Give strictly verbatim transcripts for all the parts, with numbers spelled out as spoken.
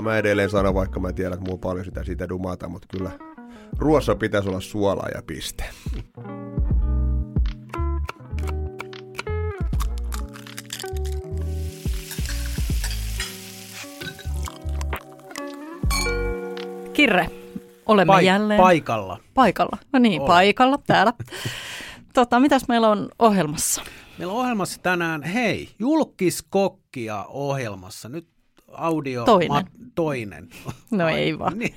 kyllä mä edelleen sanon, vaikka mä tiedän, että mulla paljon sitä siitä dumata, mutta kyllä ruoassa pitäisi olla suolaa ja piste. Kirre, olemme Paik- jälleen paikalla. Paikalla, no niin, Olen. paikalla täällä. Tota, mitäs meillä on ohjelmassa? Meillä on ohjelmassa tänään, hei, julkiskokkia ohjelmassa. Nyt audio Toinen. Ma, toinen. No ei vaan. Niin.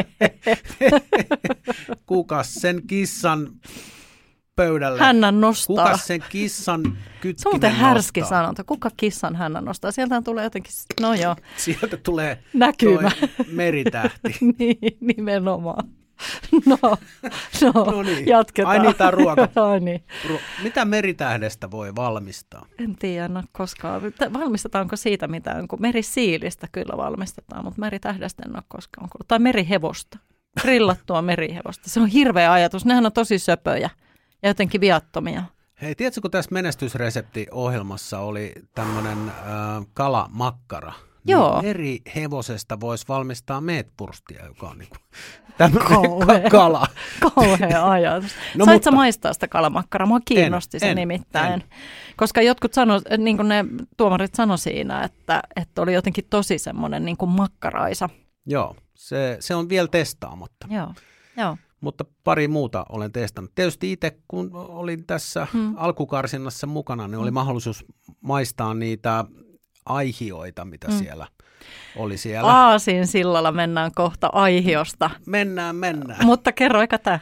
Kukas sen kissan pöydälle? Hännän nostaa. Kukas sen kissan kytkimen Se on muuten härski nostaa? sanonta. Kuka kissan hännän nostaa? Sieltä tulee jotenkin, no joo, Sieltä tulee näkymä. toi meritähti. Niin, nimenomaan. No, no, No niin. jatketaan. Ai niin, tää on ruoka. Ai niin. Ru- Mitä meritähdestä voi valmistaa? En tiedä, no koskaan. Valmistetaanko siitä mitään? Kun merisiilistä kyllä valmistetaan, mutta meritähdestä en ole koskaan kuullut. Tai merihevosta. Grillattua merihevosta. Se on hirveä ajatus. Nehän on tosi söpöjä ja jotenkin viattomia. Hei, tiedätkö, kun tässä menestysresepti-ohjelmassa oli tämmöinen äh, kalamakkara? Joo. Niin eri hevosesta voisi valmistaa meetpurstia, joka on niinku tämmöinen Kauhea. ka- kala. Kauhea ajatus. No, Sait mutta- sä maistaa sitä kalamakkaraa? Mua kiinnosti En, se en, nimittäin. en. Koska jotkut sano, niin kuin ne tuomarit sanoi siinä, että, että oli jotenkin tosi semmoinen niin kuin makkaraisa. Joo, se, se on vielä testaamatta, Joo, joo. mutta pari muuta olen testannut. Tietysti itse, kun olin tässä Hmm. alkukarsinnassa mukana, niin oli mahdollisuus maistaa niitä aihioita, mitä Hmm. siellä oli siellä. Aasin sillalla mennään kohta aihiosta. Mennään, mennään. Mutta kerro eikä tämä.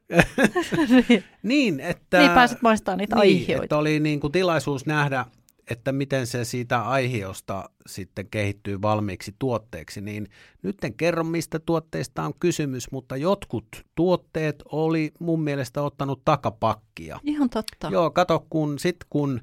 Niin, että, Niin pääsit maistamaan niitä niin, aihioita. että oli niin kuin tilaisuus nähdä, että miten se siitä aihiosta sitten kehittyy valmiiksi tuotteeksi, niin nyt en kerro, mistä tuotteista on kysymys, mutta jotkut tuotteet oli mun mielestä ottanut takapakkia. Ihan totta. Joo, kato, kun, sit kun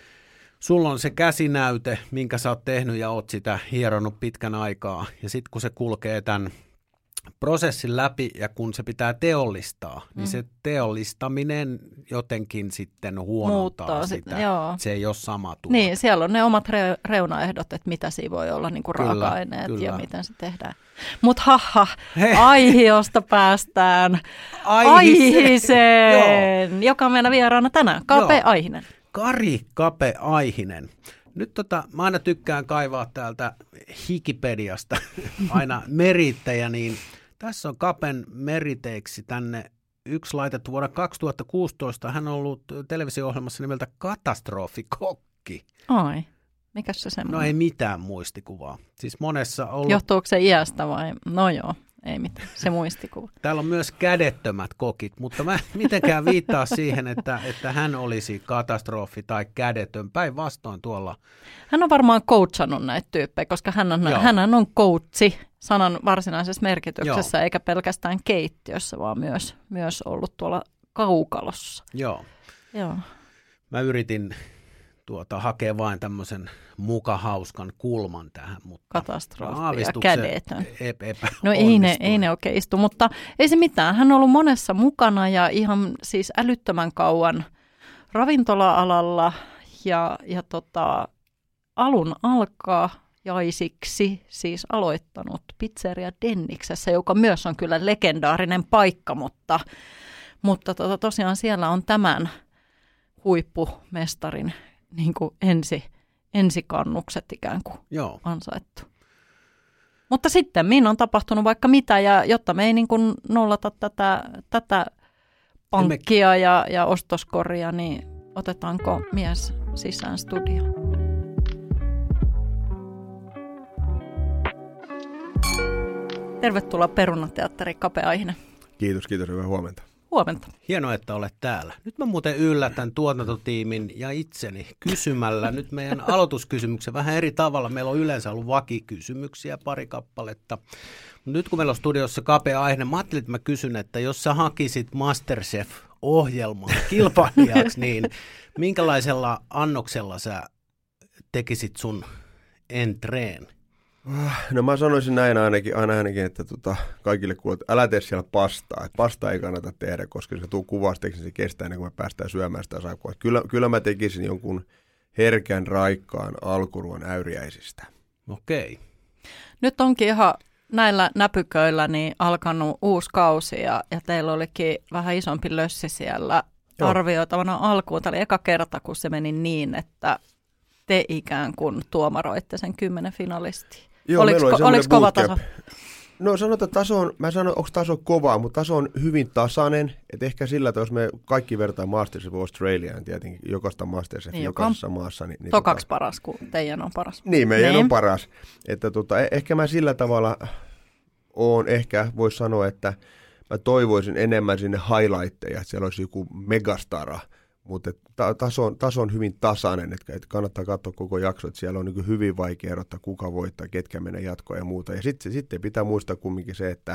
sulla on se käsinäyte, minkä sä oot tehnyt ja oot sitä hieronut pitkän aikaa, ja sitten kun se kulkee tämän prosessin läpi ja kun se pitää teollistaa, mm. niin se teollistaminen jotenkin sitten huonontaa Muuttaa sitä. sit, joo. Se ei ole sama tuote. Niin, siellä on ne omat re- reunaehdot, että mitä siinä voi olla niin kuin Kyllä, raaka-aineet kyllä. ja miten se tehdään. Mutta haha, Hei. aihiosta päästään Aihiseen. Aihiseen, joka on meillä vieraana tänään. Kape Joo. Aihinen. Kari Kape Aihinen. Nyt tota, mä aina tykkään kaivaa täältä Hikipediasta aina merittejä, niin tässä on Kapen meriteiksi tänne yksi laitettu vuonna kaksituhattakuusitoista. Hän on ollut televisio-ohjelmassa nimeltä Katastrofikokki. Ai, mikäs se semmoinen? No ei mitään muistikuvaa. Siis monessa on ollut, Johtuuko se iästä vai? No joo, ei mitään. Se muistikuva. täällä on myös kädettömät kokit, mutta mä en mitenkään viittaa siihen, että, että hän olisi katastrofi tai kädetön. Päinvastoin tuolla. Hän on varmaan coachannut näitä tyyppejä, koska hän on, Joo. hän on coachi sanan varsinaisessa merkityksessä, Joo. eikä pelkästään keittiössä, vaan myös, myös ollut tuolla kaukalossa. Joo. Joo. Mä yritin tuota, hakea vain tämmöisen mukahauskan kulman tähän, mutta Katastrofi ja aavistuksen kädetön. ep- epä No ei ne, ei ne oikein istu, mutta ei se mitään. Hän on ollut monessa mukana ja ihan siis älyttömän kauan ravintola-alalla ja, ja tota, alun alkaa jaisiksi siis aloittanut Pizzeria Denniksessä, joka myös on kyllä legendaarinen paikka, mutta, mutta tota, tosiaan siellä on tämän huippumestarin niin kuin ensi, ensikannukset ikään kuin Joo. ansaittu. Mutta sitten minun on tapahtunut vaikka mitä, ja jotta me ei niin kuin nollata tätä, tätä pankkia ja, ja ostoskoria, niin otetaanko mies sisään studioon? Tervetuloa Perunateatteri Kape Aihinen. Kiitos, kiitos, hyvää huomenta. Huomenta. Hienoa, että olet täällä. Nyt mä muuten yllätän tuotantotiimin ja itseni kysymällä nyt meidän aloituskysymyksen vähän eri tavalla. Meillä on yleensä ollut vakikysymyksiä, pari kappaletta. Nyt kun meillä on studiossa Kape Aihinen, mä ajattelin, että mä kysyn, että jos sä hakisit MasterChef-ohjelman kilpailijaksi, niin minkälaisella annoksella sä tekisit sun entreen? No mä sanoisin näin ainakin, aina ainakin, että tota, kaikille kuulet, älä tee siellä pastaa. Et pasta ei kannata tehdä, koska se tuu kuvasteeksi, niin se kestää ennen kuin me päästään syömään sitä sakua. Kyllä, kyllä mä tekisin jonkun herkän, raikkaan alkuruon äyriäisistä. Okei. Nyt onkin ihan näillä näpyköillä niin alkanut uusi kausi ja, ja teillä olikin vähän isompi lössi siellä Joo. arvioitavana alkuun. Tämä oli eka kerta, kun se meni niin, että te ikään kuin tuomaroitte sen kymmenen finalistia. Joo, oliko meillä oli oliko kova bootcamp. taso? No sanotaan, että taso on, mä en sano, onko taso kovaa, mutta taso on hyvin tasainen. Että ehkä sillä, että jos me kaikki vertaa Masters of Australiaan, tietenkin jokaista Masters niin, jokaisessa maassa. Niin, niin tokaksi tota, paras, kun teidän on paras. Niin, meidän niin. on paras. Että tota, ehkä mä sillä tavalla on ehkä, voisi sanoa, että mä toivoisin enemmän sinne highlightteja, että siellä olisi joku megastara. Mutta taso, taso on hyvin tasainen, että kannattaa katsoa koko jakso, että siellä on niin hyvin vaikea erottaa, kuka voittaa, ketkä menee jatkoon ja muuta. Ja sitten sit pitää muistaa kumminkin se, että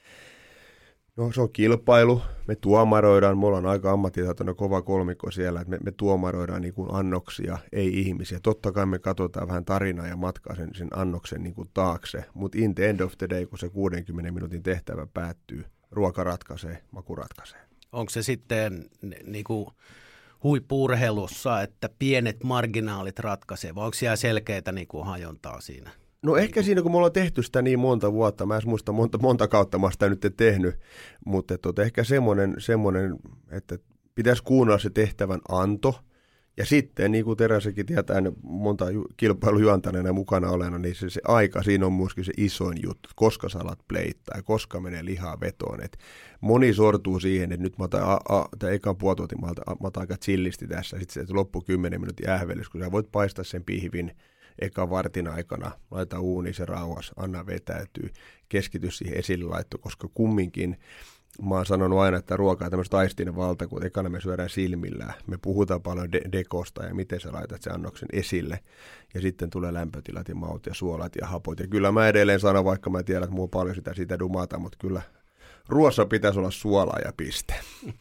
no, se on kilpailu, me tuomaroidaan, me ollaan aika ammattitaitoinen kova kolmikko siellä, että me, me tuomaroidaan niin kuin annoksia, ei ihmisiä. Totta kai me katsotaan vähän tarinaa ja matkaa sen, sen annoksen niin kuin taakse, mutta in the end of the day, kun se kuudenkymmenen minuutin tehtävä päättyy, ruoka ratkaisee, maku ratkaisee. Onko se sitten niin kuin huippu-urheilussa, että pienet marginaalit ratkaisee, vai onko siellä selkeitä niin kuin hajontaa siinä? No ehkä niin siinä, kun me ollaan tehty sitä niin monta vuotta, mä en muista monta, monta kautta mä sitä nyt tehnyt, mutta tota, ehkä semmoinen, semmoinen, että pitäisi kuunnella se tehtävän anto, ja sitten, niin kuin Teräsekin tietää, monta kilpailujuontaneena mukana olena, niin se, se aika, siinä on myöskin se isoin juttu, koska sä alat pleittaa ja koska menee lihaa vetoon. Et moni sortuu siihen, että nyt mä otan, a, a, tämän ekan puolitotin, mä otan, mä otan aika chillisti tässä, sitten se loppu kymmenen minuutin ähvelys, kun sä voit paistaa sen pihvin eka vartin aikana, laita uuni se rauhas, anna vetäytyy, keskity siihen esille laitto, koska kumminkin mä oon sanonut aina, että ruokaa tämmöistä aistinen valtakunta, ekana me syödään silmillä, me puhutaan paljon de- dekosta ja miten sä laitat sen annoksen esille, ja sitten tulee lämpötilat ja maut ja suolat ja hapot, ja kyllä mä edelleen sanon, vaikka mä tiedän, että mulla on paljon sitä, sitä dumata, mutta kyllä ruoassa pitäisi olla suolaa ja piste.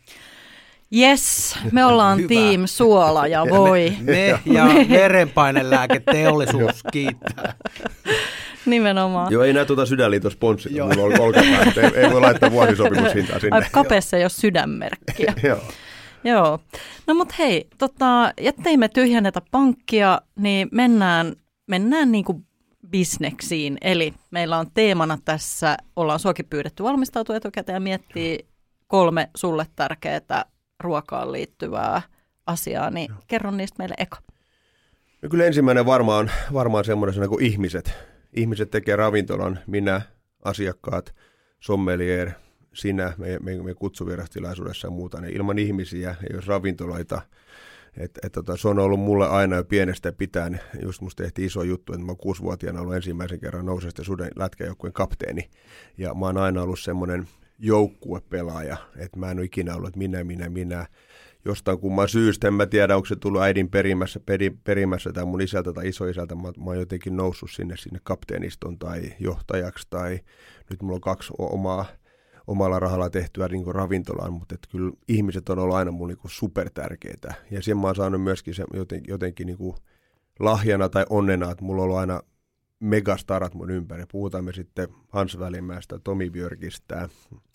Jes, me ollaan Hyvä. team suola ja voi. Me, me ja verenpainelääketeollisuus kiittää. Nimenomaan. Joo, ei näy tuota Sydänliiton sponssia, mulla on olkapäätä, ei, ei voi laittaa vuosisopimushintaa sinne. Ai, kapeessa ei ole sydänmerkkiä. Joo. Joo. No mut hei, tota, jottei me tyhjennetä pankkia, niin mennään, mennään niinku bisneksiin. Eli meillä on teemana tässä, ollaan suokin pyydetty valmistautua etukäteen ja miettiä kolme sulle tärkeää ruokaan liittyvää asiaa, niin Joo. kerro niistä meille eka. No kyllä ensimmäinen varmaan, varmaan semmoinen kuin ihmiset. Ihmiset tekee ravintolan, minä, asiakkaat, sommelier, sinä, meidän me, me kutsuvirastilaisuudessa ja muuta. Niin ilman ihmisiä ei olisi ravintoloita. Et, et, tota, se on ollut mulle aina jo pienestä pitäen. Just musta tehtiin iso juttu, että mä kuusivuotiaana ollut ensimmäisen kerran Nousesta Suden lätkäjoukkueen kapteeni. Ja mä oon aina ollut semmoinen joukkuepelaaja, että mä en ole ikinä ollut, että minä, minä, minä. Jostain kumman syystä, en mä tiedä, onko se tullut äidin perimässä, peri, perimässä tai mun isältä tai isoisältä. Mä, mä oon jotenkin noussut sinne, sinne kapteeniston tai johtajaksi tai nyt mulla on kaksi omaa, omalla rahalla tehtyä niin kuin ravintolaan, mutta et kyllä ihmiset on ollut aina mun niin kuin supertärkeitä. Ja sen mä oon saanut myöskin se jotenkin, jotenkin niin kuin lahjana tai onnena, että mulla on ollut aina megastarat mun ympäri. Puhutaan me sitten Hans Välimäestä, Tomi Björkistä.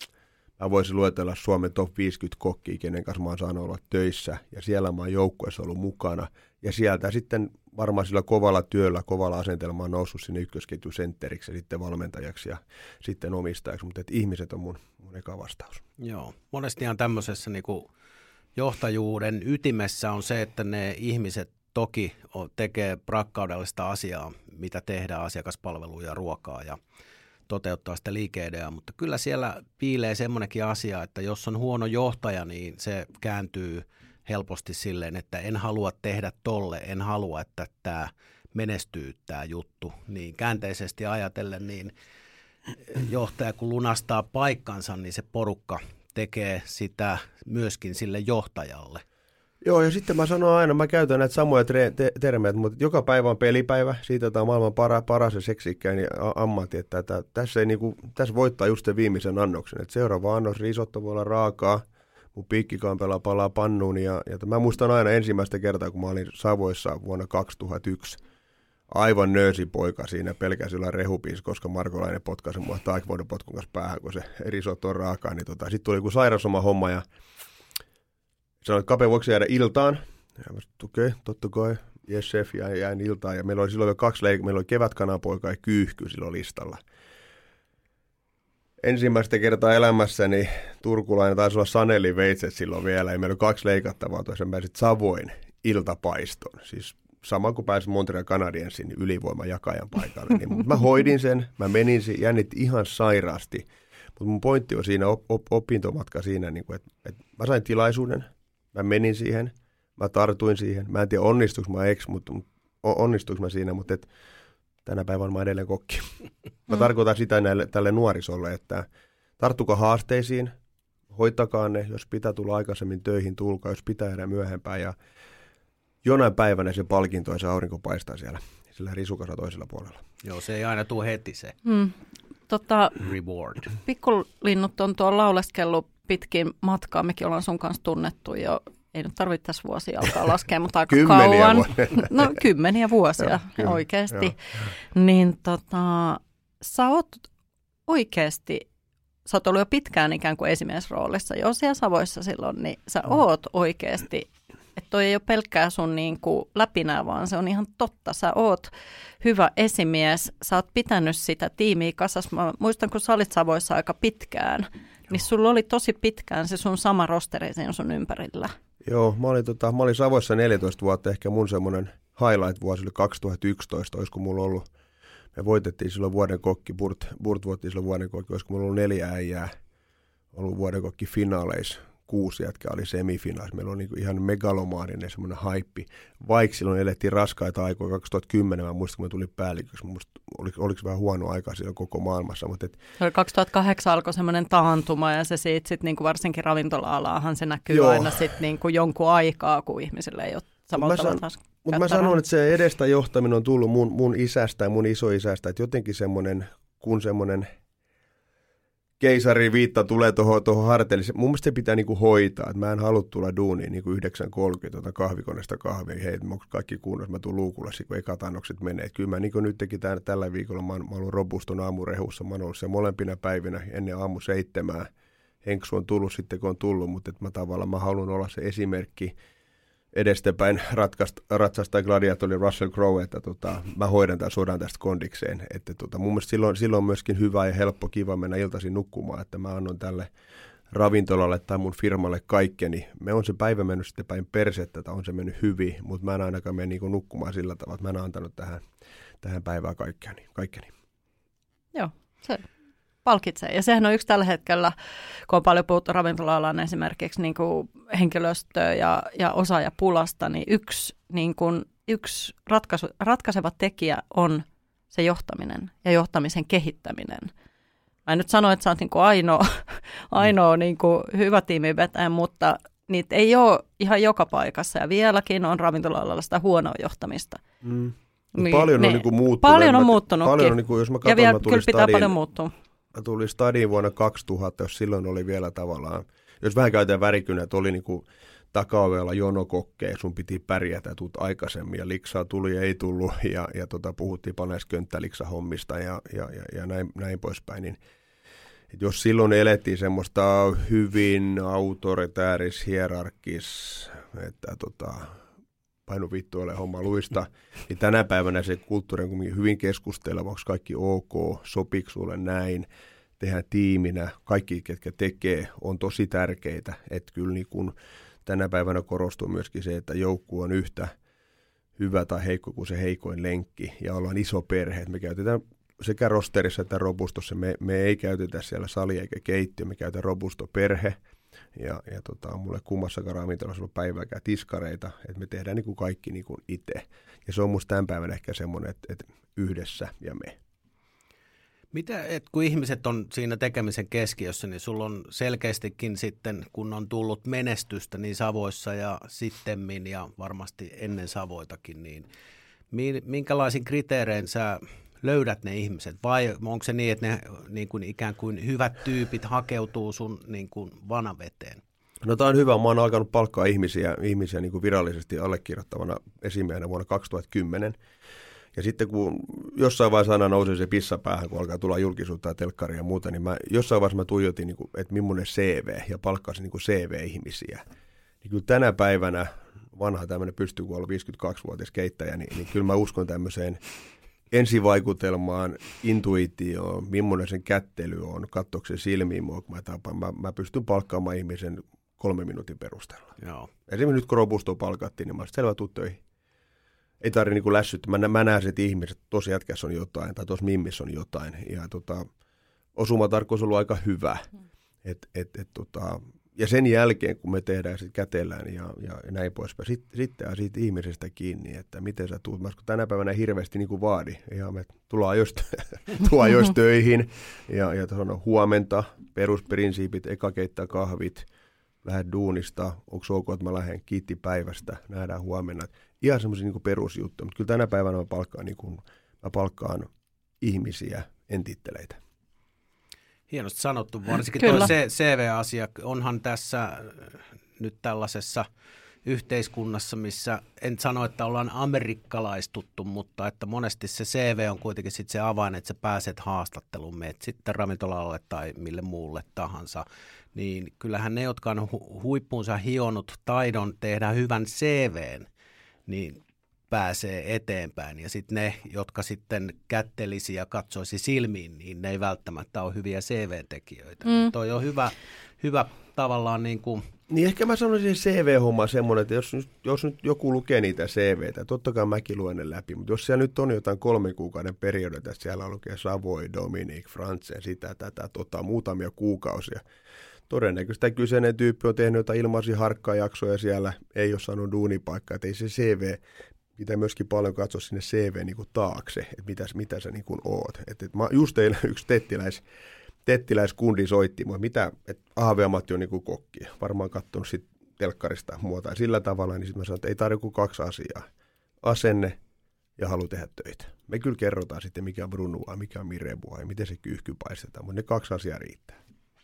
Mä voisin luetella Suomen top viisikymmentä kokkia, kenen kanssa mä oon saanut olla töissä. Ja siellä mä oon joukkueessa ollut mukana. Ja sieltä sitten varmaan sillä kovalla työllä, kovalla asenteella mä oon noussut sinne ykkösketjun sentteriksi ja sitten valmentajaksi ja sitten omistajaksi. Mutta ihmiset on mun, mun eka vastaus. Joo, monestihan tämmöisessä niin kuin johtajuuden ytimessä on se, että ne ihmiset toki tekee rakkaudellista asiaa, mitä tehdään, asiakaspalveluja, ruokaa ja toteuttaa sitä liike-ideaa, mutta kyllä siellä piilee semmoinenkin asia, että jos on huono johtaja, niin se kääntyy helposti silleen, että en halua tehdä tolle, en halua, että tämä menestyy tämä juttu. Niin käänteisesti ajatellen, niin johtaja kun lunastaa paikkansa, niin se porukka tekee sitä myöskin sille johtajalle. Joo, ja sitten mä sanon aina, mä käytän näitä samoja tre- te- termejä, mutta joka päivä on pelipäivä, siitä tämä on maailman para, paras ja seksikkäin ammatti, että että tässä, ei niinku, tässä voittaa just sen viimeisen annoksen, että seuraava annos risotto voi olla raakaa, mun piikkikampella palaa pannuun, ja, ja mä muistan aina ensimmäistä kertaa, kun mä olin Savoissa vuonna kaksituhattayksi, aivan nöösipoika siinä pelkäisellä rehupiisi, koska Markolainen potkaisi mua taikvoiden potkun kanssa päähän, kun se risotto on raakaa, niin tota, sitten tuli joku sairasoma homma, ja sanoin, että Kape, voiko jäädä iltaan? Ja mä sanoin, okei, okay, totta kai. yes chef, ja jäin iltaan. Ja meillä oli silloin jo kaksi leikkiä. Meillä oli kevätkananpoika ja kyyhky silloin listalla. Ensimmäistä kertaa elämässäni turkulainen taisi olla Sanelin veitset silloin vielä. Ja meillä oli kaksi leikattavaa. Toisen mä sitten Savoin iltapaiston. Siis sama kuin pääsin Montreal Canadiensin ylivoimajakajan paikalle. Niin, mä hoidin sen, mä menin, jännitti ihan sairaasti. Mutta mun pointti on siinä op- op- opintomatka siinä, niin että et mä sain tilaisuuden, mä menin siihen, mä tartuin siihen. Mä en tiedä onnistuiko mä eikö, mutta onnistuiko mä siinä, mutta et, tänä päivänä mä edelleen kokki. Mä mm. tarkoitan sitä näille, tälle nuorisolle, että tarttukaa haasteisiin, hoitakaa ne, jos pitää tulla aikaisemmin töihin, tulkaa, jos pitää jäädä myöhempään ja jonain päivänä se palkinto ja se aurinko paistaa siellä, sillä risukassa toisella puolella. Joo, se ei aina tule heti se mm. tota, reward. Pikkulinnut on tuolla lauleskellut pitkin matkaa, mekin ollaan sun kanssa tunnettu jo, ei nyt tarvitse tässä vuosia alkaa laskea, mutta aika kymmeniä kauan. Vuosia. No kymmeniä vuosia Joo, oikeasti. Jo. Niin tota, sä oot oikeasti, sä oot ollut jo pitkään ikään kuin esimiesroolissa jo siellä Savoissa silloin, niin sä mm. oot oikeasti, että toi ei ole pelkkää sun niin kuin läpinää, vaan se on ihan totta. Sä oot hyvä esimies, sä oot pitänyt sitä tiimiä kasassa. Mä muistan, kun sä olit Savoissa aika pitkään, Joo. niin sulla oli tosi pitkään se sun sama rosteri siinä sun ympärillä. Joo, mä olin, tota, mä olin Savoissa neljätoista vuotta, ehkä mun semmoinen highlight-vuosi oli kaksituhattayksitoista, olisiko mulla ollut, me voitettiin silloin vuoden kokki, Burt, Burt voitti silloin vuoden kokki, olisiko mulla ollut neljä äijää, ollut vuoden kokki finaaleissa. Kuusi jätkää oli semifinaalissa. Meillä on niin ihan megalomaaninen semmoinen haippi. Vaikka silloin elettiin raskaita aikoja kaksituhattakymmenen, mä muistan, kun mä tulin päälliköksi. Oliko, oliko vähän huono aika silloin koko maailmassa. Mutta et... kaksituhattakahdeksan alkoi semmoinen taantuma ja se siitä sitten niin varsinkin ravintola-alaahan se näkyy Joo. aina sitten niin jonkun aikaa, kun ihmisille ei ole samalla tavalla taas. Mutta mä sanon, että se edestä johtaminen on tullut mun, mun isästä ja mun isoisästä. Että jotenkin semmoinen, kun semmoinen keisarin viitta tulee tuohon toho harteille. Mun mielestä se pitää niinku hoitaa. Et mä en halua tulla duuniin niinku yhdeksän kolmekymmentä tuota kahvikoneesta kahvia. Hei, mä kaikki kunnossa. Mä tuun luukulla, kun ekat annokset menee. Et kyllä mä niin nyt tekin tämän, tällä viikolla. Mä oon, mä ollut robuston aamurehussa. Mä oon ollut siellä molempina päivinä ennen aamu seitsemää. Henksu on tullut sitten, kun on tullut. Mutta mä tavallaan mä haluan olla se esimerkki edestäpäin ratsastaa gladiatori Russell Crowe, että tota, mä hoidan tämän sodan tästä kondikseen. Että tota, mun mielestä silloin, silloin on myöskin hyvä ja helppo, kiva mennä iltaisin nukkumaan, että mä annan tälle ravintolalle tai mun firmalle kaikkeni. Me on se päivä mennyt sitten päin persettä, että on se mennyt hyvin, mutta mä en ainakaan mene niin nukkumaan sillä tavalla, että mä en antanut tähän, tähän päivään kaikkeni. kaikkeni. Joo, se palkitsee. Ja sehän on yksi tällä hetkellä, kun on paljon puhuttu ravintola-alan esimerkiksi niin kuin henkilöstöä ja, ja osaajapulasta, niin yksi, niin kuin, yksi ratkaisu, ratkaiseva tekijä on se johtaminen ja johtamisen kehittäminen. Mä en nyt sano, että sä oot niin kuin ainoa, ainoa niin kuin hyvä tiimivetäjä, mutta niitä ei ole ihan joka paikassa ja vieläkin on ravintola-alalla sitä huonoa johtamista. Mm. Niin, paljon on, niin kuin muuttunut. Paljon on muuttunutkin. Paljon on, niin kuin, jos mä katson, ja vielä mä kyllä pitää stadin, paljon muuttua. Mä tulin stadiin vuonna kaksituhatta, jos silloin oli vielä tavallaan, jos vähän käytetään värikynä, että oli niin kuin takaovella jonokokkeja, sun piti pärjätä, tuut aikaisemmin ja liksaa tuli ja ei tullut ja, ja tota, puhuttiin paljon näistä könttäliksahommista ja, ja, ja, ja näin, näin poispäin, niin et jos silloin elettiin semmoista hyvin autoritääris, hierarkis, että tota, painu vittu ole homma luista, niin tänä päivänä se kulttuuri on hyvin keskusteleva, onko kaikki ok, sopiiko sulle näin, tehdään tiiminä, kaikki ketkä tekee on tosi tärkeitä, että kyllä niin kun tänä päivänä korostuu myöskin se, että joukkue on yhtä hyvä tai heikko kuin se heikoin lenkki ja ollaan iso perhe, me käytetään sekä rosterissa että robustossa, me, me ei käytetä siellä salia eikä keittiö, me käytetään robustoperhe. Ja, ja tota, mulle kummassakaan ravintolassa ollut päivääkään tiskareita, että me tehdään niin kuin kaikki niin kuin itse. Ja se on musta tämän päivän ehkä semmoinen, että, että yhdessä ja me. Mitä, et kun ihmiset on siinä tekemisen keskiössä, niin sulla on selkeästikin sitten, kun on tullut menestystä niin Savoissa ja sittemmin ja varmasti ennen Savoitakin, niin minkälaisin kriteerein sä löydät ne ihmiset, vai onko se niin, että ne niin kuin ikään kuin hyvät tyypit hakeutuu sun niin kuin vanaveteen? No tämä on hyvä. Mä oon alkanut palkkaa ihmisiä, ihmisiä niin kuin virallisesti allekirjoittavana esimiehenä vuonna kaksituhattakymmenen. Ja sitten kun jossain vaiheessa aina nousee se pissa päähän, kun alkaa tulla julkisuutta ja telkkaria ja muuta, niin mä, jossain vaiheessa mä tuijotin, niin kuin, että millainen C V ja palkkasin niin kuin C V-ihmisiä. Niin kyllä tänä päivänä vanha tämmöinen pystykuollut viisikymmentäkaksivuotias keittäjä, niin, niin kyllä mä uskon tämmöiseen ensivaikutelmaan, intuitioon, millainen sen kättely on, katsoako se silmiin mua, kun mä tapaan. Mä, mä pystyn palkkaamaan ihmisen kolmen minuutin perusteella. Joo. Esimerkiksi nyt kun Robustoa palkattiin, niin mä olisin selvä tuu töihin. Ei tarvitse niin lässyttää. Mä, mä näen, että ihmiset, tuossa jätkässä on jotain, tai tuossa mimmissä on jotain. Ja tota, osumatarkkuus on ollut aika hyvä. Et, et, et, tota, ja sen jälkeen, kun me tehdään sit kätellään ja, ja, ja näin poispäin, sitten sit jää siitä ihmisestä kiinni, että miten sä tuut. Mä tänä päivänä hirveästi niin kuin vaadi. Ja me tullaan ajoista, ajoista töihin ja, ja sanon, huomenta, perusprinsiipit, eka keittää kahvit, lähdet duunista, onko ok, että mä lähden, kiitti päivästä, nähdään huomenna. Ihan semmoisia niin kuin perusjuttuja, mutta kyllä tänä päivänä mä palkkaan, niin kuin, mä palkkaan ihmisiä, en titteleitä. Hienosti sanottu, varsinkin Kyllä. tuo C V-asia onhan tässä nyt tällaisessa yhteiskunnassa, missä en sano, että ollaan amerikkalaistuttu, mutta että monesti se C V on kuitenkin sit se avain, että sä pääset haastatteluun, meet sitten ravintolalle tai mille muulle tahansa, niin kyllähän ne, jotka on hu- huippuunsa hionut taidon tehdä hyvän C V:n, niin pääsee eteenpäin. Ja sitten ne, jotka sitten kättelisi ja katsoisi silmiin, niin ne ei välttämättä ole hyviä C V-tekijöitä. Mm. Toi on hyvä, hyvä tavallaan niin kuin... Niin ehkä mä sanoisin C V-homma semmoinen, että jos, jos nyt joku lukee niitä C V:tä, totta kai mäkin luen ne läpi, mutta jos siellä nyt on jotain kolmen kuukauden periodia, että siellä lukee Savoy, Dominic, Franzen, sitä, tätä, tota, muutamia kuukausia, todennäköisesti tämä kyseinen tyyppi on tehnyt jotain ilmaisia harkkajaksoja siellä, ei ole saanut duunipaikkaa, että ei se C V... Pitää myöskin paljon katsoa sinne C V niin kuin taakse, että mitä, mitä sä niin kuin oot. Et, et mä just eilen yksi tettiläis, tettiläiskundi soitti, mutta mitä, että Ahve-ammatti on niin kuin kokki. Varmaan katsonut sit telkkarista muuta. Ja sillä tavalla, niin sitten mä sanoin, että ei tarvitse kuin kaksi asiaa. Asenne ja halu tehdä töitä. Me kyllä kerrotaan sitten, mikä on brunua, mikä on mirebua ja miten se kyyhky paistetaan, mutta ne kaksi asiaa riittää.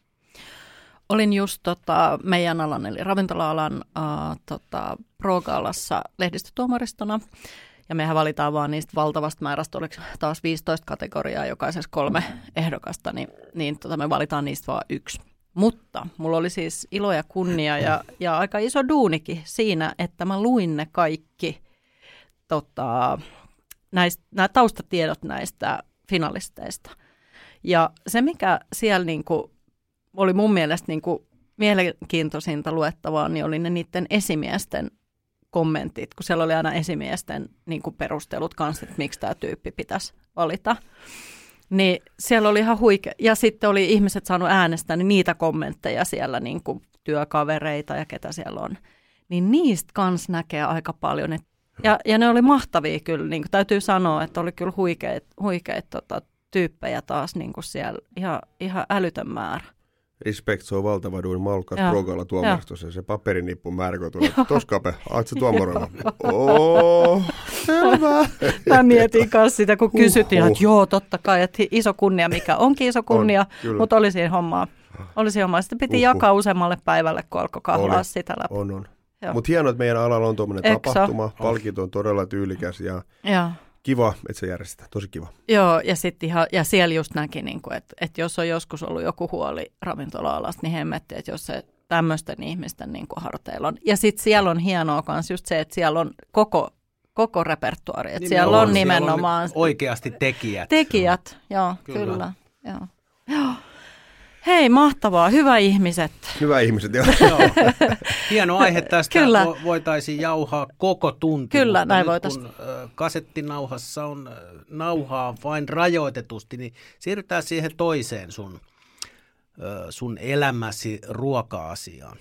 Olin just tota, meidän alan, eli ravintola-alan äh, tota, Pro-gaalassa lehdistötuomaristona, ja mehän valitaan vaan niistä valtavasta määrästä, oliko taas viisitoista kategoriaa, jokaisessa kolme ehdokasta, niin, niin tota, me valitaan niistä vaan yksi. Mutta mulla oli siis ilo ja kunnia ja, ja aika iso duunikin siinä, että mä luin ne kaikki tota, näistä, nämä taustatiedot näistä finalisteista. Ja se, mikä siellä niinku oli mun mielestä niin kuin mielenkiintoisinta luettavaa, niin oli ne niiden esimiesten kommentit, kun siellä oli aina esimiesten niin kuin perustelut kanssa, että miksi tämä tyyppi pitäisi valita. Niin siellä oli ihan huikea. Ja sitten oli ihmiset saanut äänestää niin niitä kommentteja siellä, niin kuin työkavereita ja ketä siellä on. Niin niistä kans näkee aika paljon. Ja, ja ne oli mahtavia kyllä, niin kuin täytyy sanoa, että oli kyllä huikeita, huikeita tota, tyyppejä taas niin kuin siellä ihan, ihan älytön määrä. Respekt, se on valtava duuni. Mä oon ollut Pro-gaala tuomaristossa ja se paperinippu määrä, kun tulee, toskape, oot sä tuomarilla? Oo, selvä. Mä mietin kanssa sitä, kun kysyttiin, että joo, totta kai, että iso kunnia, mikä onkin iso kunnia, on, mutta oli siinä hommaa. Oli siinä hommaa. Sitten piti Uhuh. jakaa useammalle päivälle, kun alkoi kahlaa oli. Sitä läpi. On, on. Mutta hienoa, että meidän alalla on tuommoinen tapahtuma. Palkinto on todella tyylikäs ja... ja. Kiva, että se järjestetään. Tosi kiva. Joo, ja, sit ihan, ja siellä just näki, niin kuin, että, että jos on joskus ollut joku huoli ravintola-alasta, niin hemmetti, että jos se tämmöisten ihmisten niin kuin harteilla on. Ja sitten siellä on hienoa myös just se, että siellä on koko, koko repertuaari. Että niin siellä on, on nimenomaan... Siellä on oikeasti tekijät. Tekijät, joo, kyllä. kyllä joo. Joo. Hei, mahtavaa. Hyvä ihmiset. Hyvä ihmiset, joo. Hieno aihe tästä. Kyllä. Voitaisiin jauhaa koko tunti. Kyllä, näin voitaisiin. Kun kasettinauhassa on nauhaa vain rajoitetusti, niin siirrytään siihen toiseen sun, sun elämäsi ruoka-asiaan.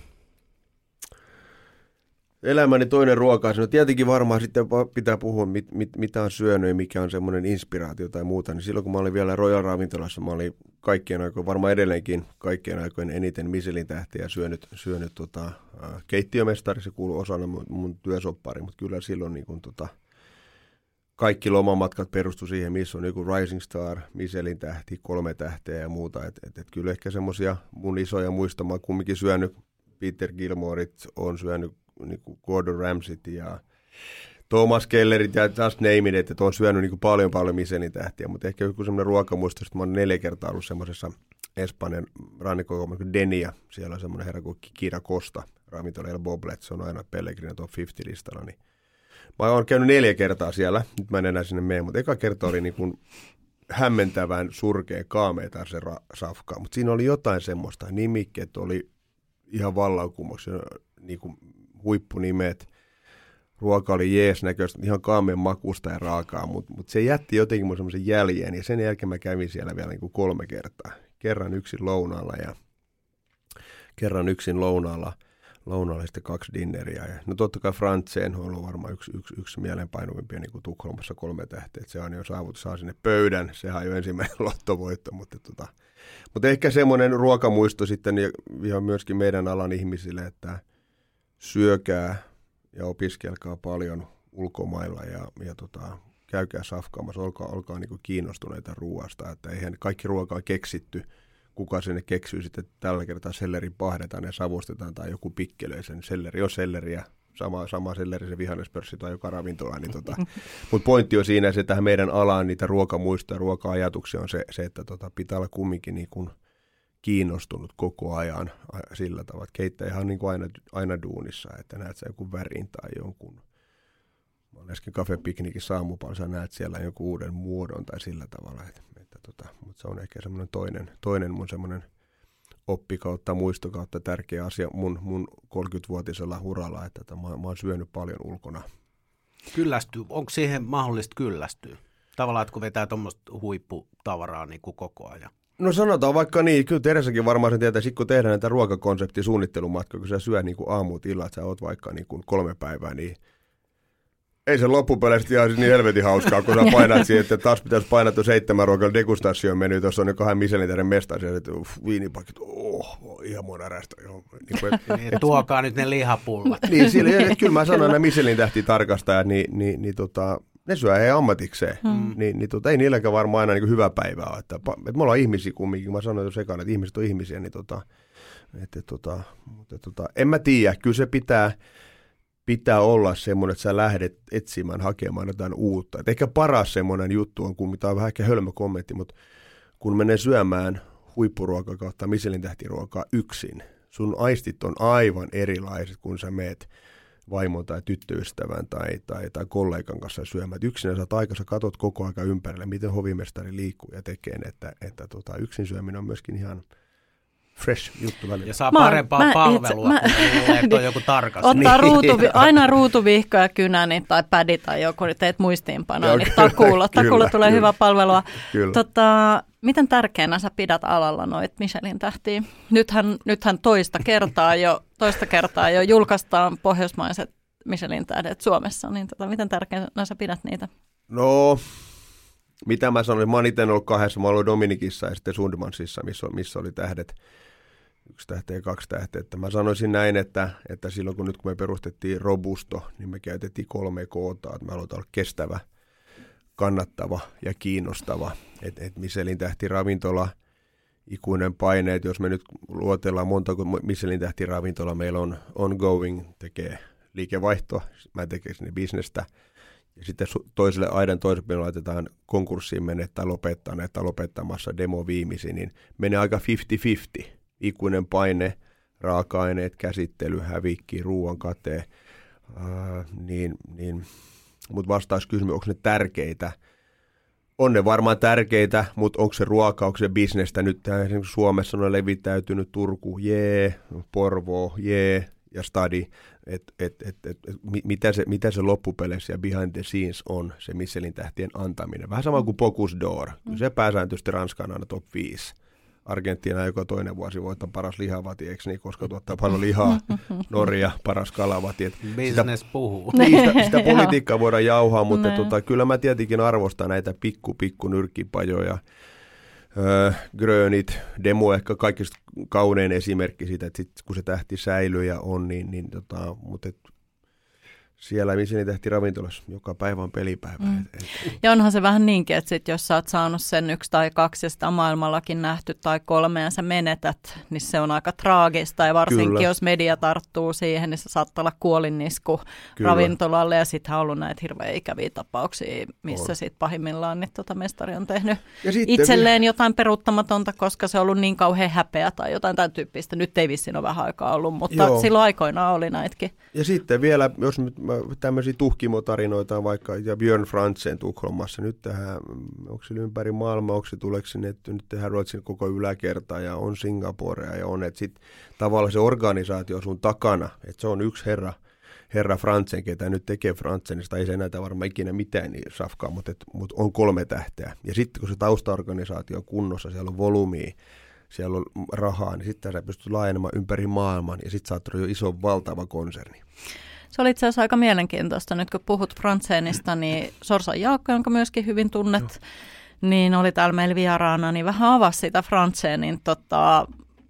Elämäni toinen ruoka-asia. No tietenkin varmaan sitten pitää puhua, mit, mit, mitä on syönyt ja mikä on semmoinen inspiraatio tai muuta. Niin silloin kun mä olin vielä Royal Ravintolassa, mä olin kaikkien aikojen, varmaan edelleenkin kaikkien aikojen eniten Michelin tähtiä syönyt, syönyt tota, äh, keittiömestari. Se kuului osana mun, mun työsoppariin, mutta kyllä silloin niin kun, tota, kaikki lomamatkat perustu siihen, missä on joku Rising Star, Michelin tähti, kolme tähteä ja muuta. Et, et, et kyllä ehkä semmoisia mun isoja muista. Mä oon kumminkin syönyt Peter Gilmoret, on syönyt niin kuin Gordon Ramsayt ja Thomas Kellerit ja just name it, että on syönyt niin kuin paljon paljon Michelin tähtiä, mutta ehkä joku semmoinen ruokamuisto, että mä oon neljä kertaa ollut semmoisessa Espanjan rannikkokoulussa kuin Denia, siellä on semmoinen herra kuin Kira Costa ravintola El Boblet, se on aina Pellegrino Top viisikymmentä-listalla, niin mä oon käynyt neljä kertaa siellä, nyt mä en enää sinne mene, mutta eka kerta oli niin kuin hämmentävän surkea kaameita se ra- safka, mutta siinä oli jotain semmoista, nimikkeet oli ihan vallankumouksia, niin kuin huippunimet, ruoka oli jees näköistä, ihan kaameen makusta ja raakaa, mutta mut se jätti jotenkin mun semmoisen jäljen, ja sen jälkeen mä kävin siellä vielä niin kuin kolme kertaa. Kerran yksin lounaalla ja kerran yksin lounaalla, lounaalla sitten kaksi dinneriä. Ja, no totta kai Frantzén on ollut varmaan yksi, yksi, yksi mielenpainuvimpia niin kuin Tukholmassa kolme tähteä, se on jo saavutus, saa sinne pöydän, sehän on jo ensimmäinen lottovoitto, mutta, tota, mutta ehkä semmoinen ruokamuisto sitten ja myöskin meidän alan ihmisille, että syökää ja opiskelkaa paljon ulkomailla ja, ja tota, käykää safkaamassa, olkaa, olkaa niin kuin kiinnostuneita ruoasta, että eihän kaikki ruoka on keksitty, kuka sinne keksiy sitten tällä kertaa sellerin pahdetaan ja savustetaan tai joku pikkelöi sen, selleri on selleriä, sama, sama selleri se vihannespörssi tai joka ravintola, niin tota, mutta pointti on siinä se, että meidän alaan niitä ruokamuistoja, ruoka-ajatuksia on se, se että tota, pitää olla kumminkin niin kuin kiinnostunut koko ajan sillä tavalla, että keittäjä on niin kuin aina, aina duunissa, että näet sä joku värin tai jonkun, mä olen äsken kafepiknikissä aamupalla, sä näet siellä jonkun uuden muodon tai sillä tavalla, että, että tota, mutta se on ehkä semmoinen toinen, toinen mun semmoinen oppi kautta, muisto kautta tärkeä asia mun, mun kolmekymmenvuotisella uralla, että tota, mä, mä oon syönyt paljon ulkona. Kyllästyy, onko siihen mahdollista kyllästyä? Tavallaan, että kun vetää tuommoista huipputavaraa niin kuin koko ajan. No sanotaan vaikka niin, kyllä Teresakin varmaan sen tietää, että kun tehdään näitä ruokakonseptisuunnittelumatkoja, kun sä syö niin kuin aamut, illat, sä oot vaikka niin kuin kolme päivää, niin ei se loppupeleissä ihan niin helvetin hauskaa, kun sä painat siihen, että taas pitäisi painattua seitsemän ruokalla degustaation menu, tuossa on jo kahden Michelin-tähden mestari, ja sitten uff, viinipakit, oh, oh, ihan mun ärästä. Niin, tuokaa nyt ne lihapullat. Niin, sillä, että kyllä mä sanon, että Michelin-tähti tarkastajat, niin, niin, niin tota, ne syö he ammatikseen, hmm. niin, niin tota, ei niilläkään varmaan aina niin hyvä päivä ole. Että, että me ollaan ihmisiä kumminkin, mä sanoin jo sekaan, että ihmiset on ihmisiä, niin tota, että, tota, mutta, tota, en mä tiedä, kyllä se pitää, pitää olla semmoinen, että sä lähdet etsimään, hakemaan jotain uutta. Et ehkä paras semmoinen juttu on, kun mitä on vähän ehkä hölmö kommentti, mutta kun menee syömään huippuruokaa kautta Michelin-tähtiruokaa yksin, sun aistit on aivan erilaiset, kun sä meet vaimon tai tyttöystävän tai, tai, tai kollegan kanssa syömään. Yksinä sä aika, sä katot koko aika ympärille, miten hovimestari liikkuu ja tekee, että, että tota, yksin syöminen on myöskin ihan fresh juttu välillä. Ja saa mä, parempaa mä, palvelua, mä, kun luulee, että on joku tarkas. Ottaa niin. ruutuvi, aina ruutuvihko ja kynä niin, tai pädi tai joku, niin teet muistiinpanoa, niin takuulla. Takuulla tulee kyllä, hyvä palvelua. Tota, miten tärkeänä sä pidät alalla noit Michelin tähtiä? Nythän, nythän toista, kertaa jo, toista kertaa jo julkaistaan pohjoismaiset Michelin tähdet Suomessa, niin tota, miten tärkeänä sä pidät niitä? No, mitä mä sanoin, mä oon itse ollut kahdessa, mä oon ollut Dominikissa ja sitten Sundmansissa, missä, missä oli tähdet, yksi tähteä ja kaksi tähteä. Että mä sanoisin näin, että, että silloin kun nyt kun me perustettiin Robusto, niin me käytettiin kolme koota, että me halutaan olla kestävä, kannattava ja kiinnostava. Että et Michelin tähti ravintola, ikuinen paine, että jos me nyt luotellaan monta Michelin tähti ravintola, meillä on ongoing, tekee liikevaihto, mä tekee sinne bisnestä. Ja sitten toiselle aidan toiselle laitetaan konkurssiin menee tai lopettaa näitä lopettamassa demo viimeisiin, niin menee aika viisikymmentä viisikymmentä. Ikuinen paine, raaka-aineet, käsittely, hävikki, ruoan kate, äh, niin, niin. Mutta vastaus kysymys, onko ne tärkeitä? On ne varmaan tärkeitä, mutta onko se ruoka, onko se bisnestä? Nyt esimerkiksi Suomessa on levittäytynyt Turku, jee, Porvoo, jee, ja Stadi, että et, et, et, et, mitä, se, mitä se loppupeleissä ja behind the scenes on, se Michelin tähtien antaminen. Vähän sama kuin Bocuse d'Or, mm. se pääsääntöisesti Ranska on aina top viisi. Argentiina joka toinen vuosi voittaa paras lihavati, eikö niin, koska tuottaa paljon lihaa. Norja, paras kalavati. Business puhuu. Niin, sitä, sitä politiikkaa voidaan jauhaa, mutta tota, kyllä mä tietenkin arvostan näitä pikku, pikku nyrkkipajoja. Öö, Grönit, Demo ehkä kaikista kaunein esimerkki siitä, että sit, kun se tähti säilyy ja on, niin, niin tota, mutta et, siellä Michelin tähti ravintolassa joka päivä on pelipäivä. Mm. Et, et. Ja onhan se vähän niinkin, että sit jos sä oot saanut sen yksi tai kaksi ja sitä maailmallakin nähty tai kolme ja sä menetät, niin se on aika traagista. Ja varsinkin Kyllä. jos media tarttuu siihen, niin se saattaa olla kuolinisku Kyllä. ravintolalle. Ja sittenhän on ollut näitä hirveän ikäviä tapauksia, missä sitten pahimmillaan niin tota mestari on tehnyt itselleen vi- jotain peruuttamatonta, koska se on ollut niin kauhean häpeä tai jotain tämän tyyppistä. Nyt ei vissiin ole vähän aikaa ollut, mutta Joo. silloin aikoinaan oli näitäkin. Ja sitten vielä, jos nyt tämmöisiä tuhkimotarinoita on vaikka, ja Björn Frantzen Tukholmassa, nyt tähän, onko se ympäri maailmaa, onko se tuleeko sinne, että nyt tehdään Ruotsin koko yläkerta ja on Singaporea ja on, että sitten tavallaan se organisaatio on sun takana, että se on yksi herra, herra Frantzen, ketä nyt tekee Frantzenista, ei se näitä varmaan ikinä mitään niin safkaa, mutta, et, mutta on kolme tähteä. Ja sitten kun se taustaorganisaatio on kunnossa, siellä on volyymia, siellä on rahaa, niin sitten sä pystyt laajenemaan ympäri maailman ja sitten sä oot jo iso valtava konserni. Se oli itse asiassa aika mielenkiintoista. Nyt kun puhut Frantzenista, niin Sorsan Jaakko, jonka myöskin hyvin tunnet, no. niin oli täällä meillä vieraana, niin vähän avasi sitä Frantzenin tota,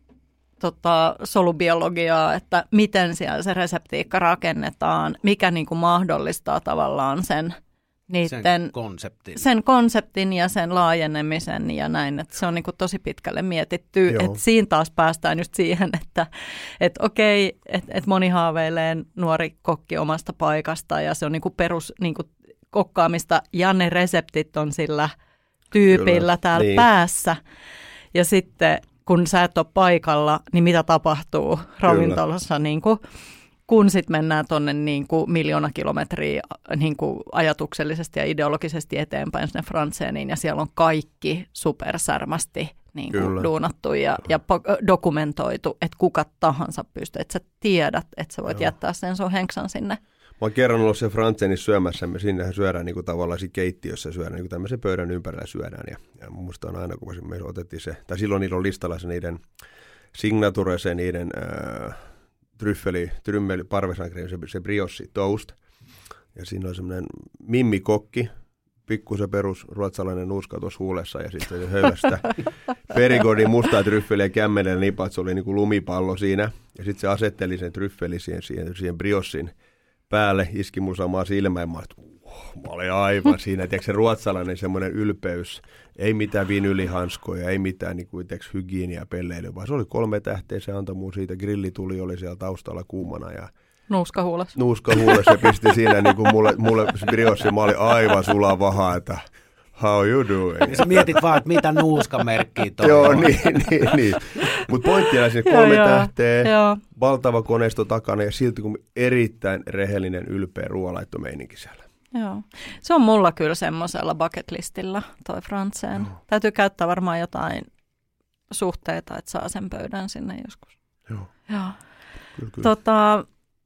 tota, solubiologiaa, että miten siellä se reseptiikka rakennetaan, mikä niin kuin mahdollistaa tavallaan sen, niiden, sen, konseptin. sen konseptin ja sen laajenemisen ja näin, että se on niin kuin tosi pitkälle mietitty, Joo. että siinä taas päästään just siihen, että et okei, että et moni haaveilee nuori kokki omasta paikasta ja se on niin kuin perus niin kuin kokkaamista ja ne reseptit on sillä tyypillä Kyllä. täällä niin. päässä ja sitten kun sä et ole paikalla, niin mitä tapahtuu ravintolassa niin kuin kun sitten mennään tuonne niin kuin miljoona kilometriä niin kuin ajatuksellisesti ja ideologisesti eteenpäin sinne Frantzeniin, ja siellä on kaikki supersärmästi niin kuin duunattu ja, ja dokumentoitu, että kuka tahansa pystyy, että sä tiedät, että sä voit Joo. jättää sen sun henksan sinne. Mä oon kerran ollut se Frantzenissa syömässä, me sinnehän syödään niin kuin tavallaan keittiössä syödään, niin kuin tämmöisen pöydän ympärillä syödään, ja, ja musta on aina, kun me otettiin se, tai silloin niillä on listalla se niiden signature, se niiden Ää, tryffeli, trymmeli, parmesankreemi, se, se brioche toast. Ja siinä on semmoinen mimmikokki, pikkusen perus ruotsalainen nuuska tuossa huulessa ja sitten se höylästä perigodin mustaa tryffeliä kämmenellä nipa, että se oli niin kuin lumipallo siinä. Ja sitten se asetteli sen tryffeli siihen, siihen, siihen briossin päälle, iski mun samaa silmään. Mä, uh, mä olin aivan siinä, tiedätkö se ruotsalainen semmoinen ylpeys, ei mitään vinylihanskoja, ei mitään niin kuin, tiedätkö, hygienia pelleilyä, vaan se oli kolme tähteä, se antoi mun siitä, grillituli oli siellä taustalla kuumana ja nuuska huulessa. Nuuska huulessa pisti siinä niin kuin mulle, mulle briossi, mä olin aivan sulavaha, että how you doing? Ja sä mietit vaan, että mitä nuuskamerkkiä toi Joo, on. niin, niin, niin. Mutta pointtina sinne kolme tähteä, joo. valtava koneisto takana ja silti kun erittäin rehellinen, ylpeä ruoanlaittomeininki siellä. Joo. Se on mulla kyllä semmoisella bucket listillä toi Frantzen. Joo. Täytyy käyttää varmaan jotain suhteita, että saa sen pöydän sinne joskus. Joo. Joo. Kyllä, kyllä. Tota,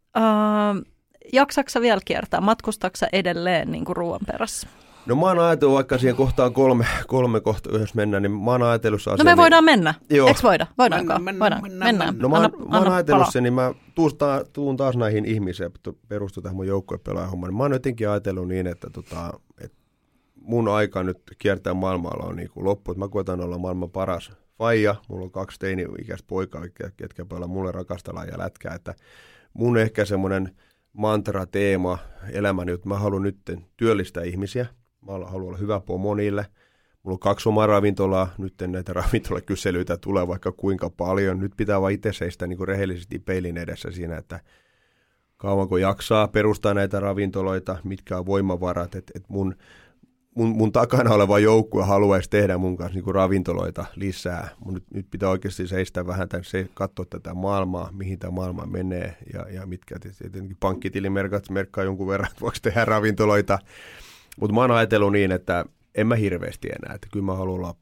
äh, jaksatko vielä kiertää? Matkustatko edelleen niin kuin ruoan perässä? No mä oon ajatellut, vaikka siihen kohtaan kolme, kolme kohta yhdessä mennään, niin mä oon ajatellut se asia. No me voidaan niin, mennä. Joo. Eikö voida? Voidaanko? Mennään, voidaan. mennään, mennään. No mä, anna, mä oon ajatellut pala. sen, niin mä tuun taas näihin ihmisiin, perustuu tähän mun joukkuepelaajahommaan. Mä oon jotenkin ajatellut niin, että, tota, että mun aika nyt kiertää maailmalla on niin kuin loppu. Mä koetan olla maailman paras faija. Mulla on kaksi teini-ikäistä poikaa, ketkä pelaa mulle rakastellaan ja lätkää. Että mun ehkä semmoinen mantra, teema elämäni, että mä haluan nyt työllistää ihmisiä. Mä haluan olla hyvä pomo niille. Mulla on kaksi omaa ravintolaa. Nyt näitä ravintolakyselyitä tulee vaikka kuinka paljon. Nyt pitää vaan itse seistä niin kuin rehellisesti peilin edessä siinä, että kauanko jaksaa perustaa näitä ravintoloita, mitkä on voimavarat. Että et mun, mun, mun takana oleva joukkue haluaisi tehdä mun kanssa niin kuin ravintoloita lisää. Mun nyt, nyt pitää oikeasti seistä vähän tämän, se, katsoa tätä maailmaa, mihin tämä maailma menee. Ja, ja mitkä tietenkin pankkitilimerkat merkkaa jonkun verran, että voiko tehdä ravintoloita. Mutta mä oon ajatellut niin, että en mä hirveästi enää, että kyllä mä haluan olla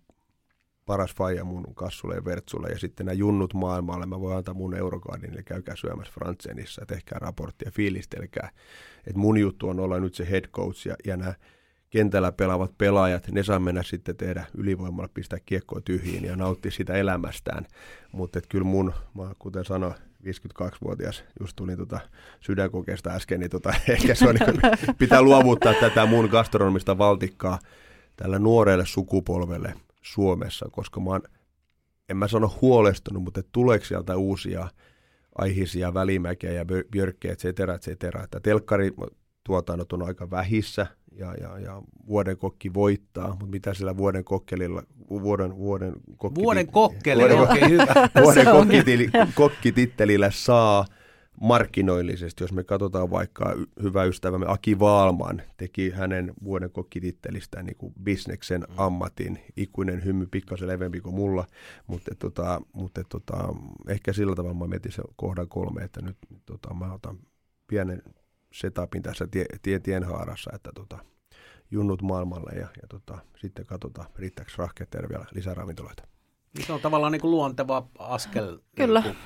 paras faija mun kassulle ja vertsulle ja sitten nämä junnut maailmalle, mä voin antaa mun eurokaardin, eli käykää syömässä Frantzenissa, tehkää raporttia, fiilistelkää. Että mun juttu on olla nyt se head coach ja, ja nämä kentällä pelaavat pelaajat, ne saa mennä sitten tehdä ylivoimalla, pistää kiekkoa tyhjiin ja nauttia sitä elämästään. Mutta kyllä mun, mä kuten sanoin, viisikymmentäkaksivuotias, just tulin tota sydänkokeesta äsken, niin tota, ehkä se on, niin, pitää luovuttaa tätä mun gastronomista valtikkaa tällä nuorelle sukupolvelle Suomessa, koska mä oon, en mä sano huolestunut, mutta tuleeko sieltä uusia Aihisia, Välimäkeä ja Björkkeä, et cetera, et cetera. Että telkkarituotannot on aika vähissä ja, ja, ja vuoden kokki voittaa, mutta mitä sillä vuoden kokkelilla, vuoden, vuoden, kokki, vuoden kokkelilla, vuoden, oikein hyvä. vuoden kokkitili, kokkitittelillä saa markkinoillisesti, jos me katsotaan vaikka hyvä ystävämme Aki Vaalman teki hänen vuoden kokkitittelistään niin kuin bisneksen ammatin, ikuinen hymy, pikkasen leveämpi kuin mulla, mutta, tota, mutta tota, ehkä sillä tavalla mä mietin sen kohdan kolme, että nyt tota, mä otan pienen setupin tässä tie, tie, tienhaarassa, että tota, junnut maailmalle ja, ja tota, sitten katsotaan, riittääkö rahkeet vielä lisää ravintoloita. Se on tavallaan niin kuin luonteva askel. Kyllä. Niin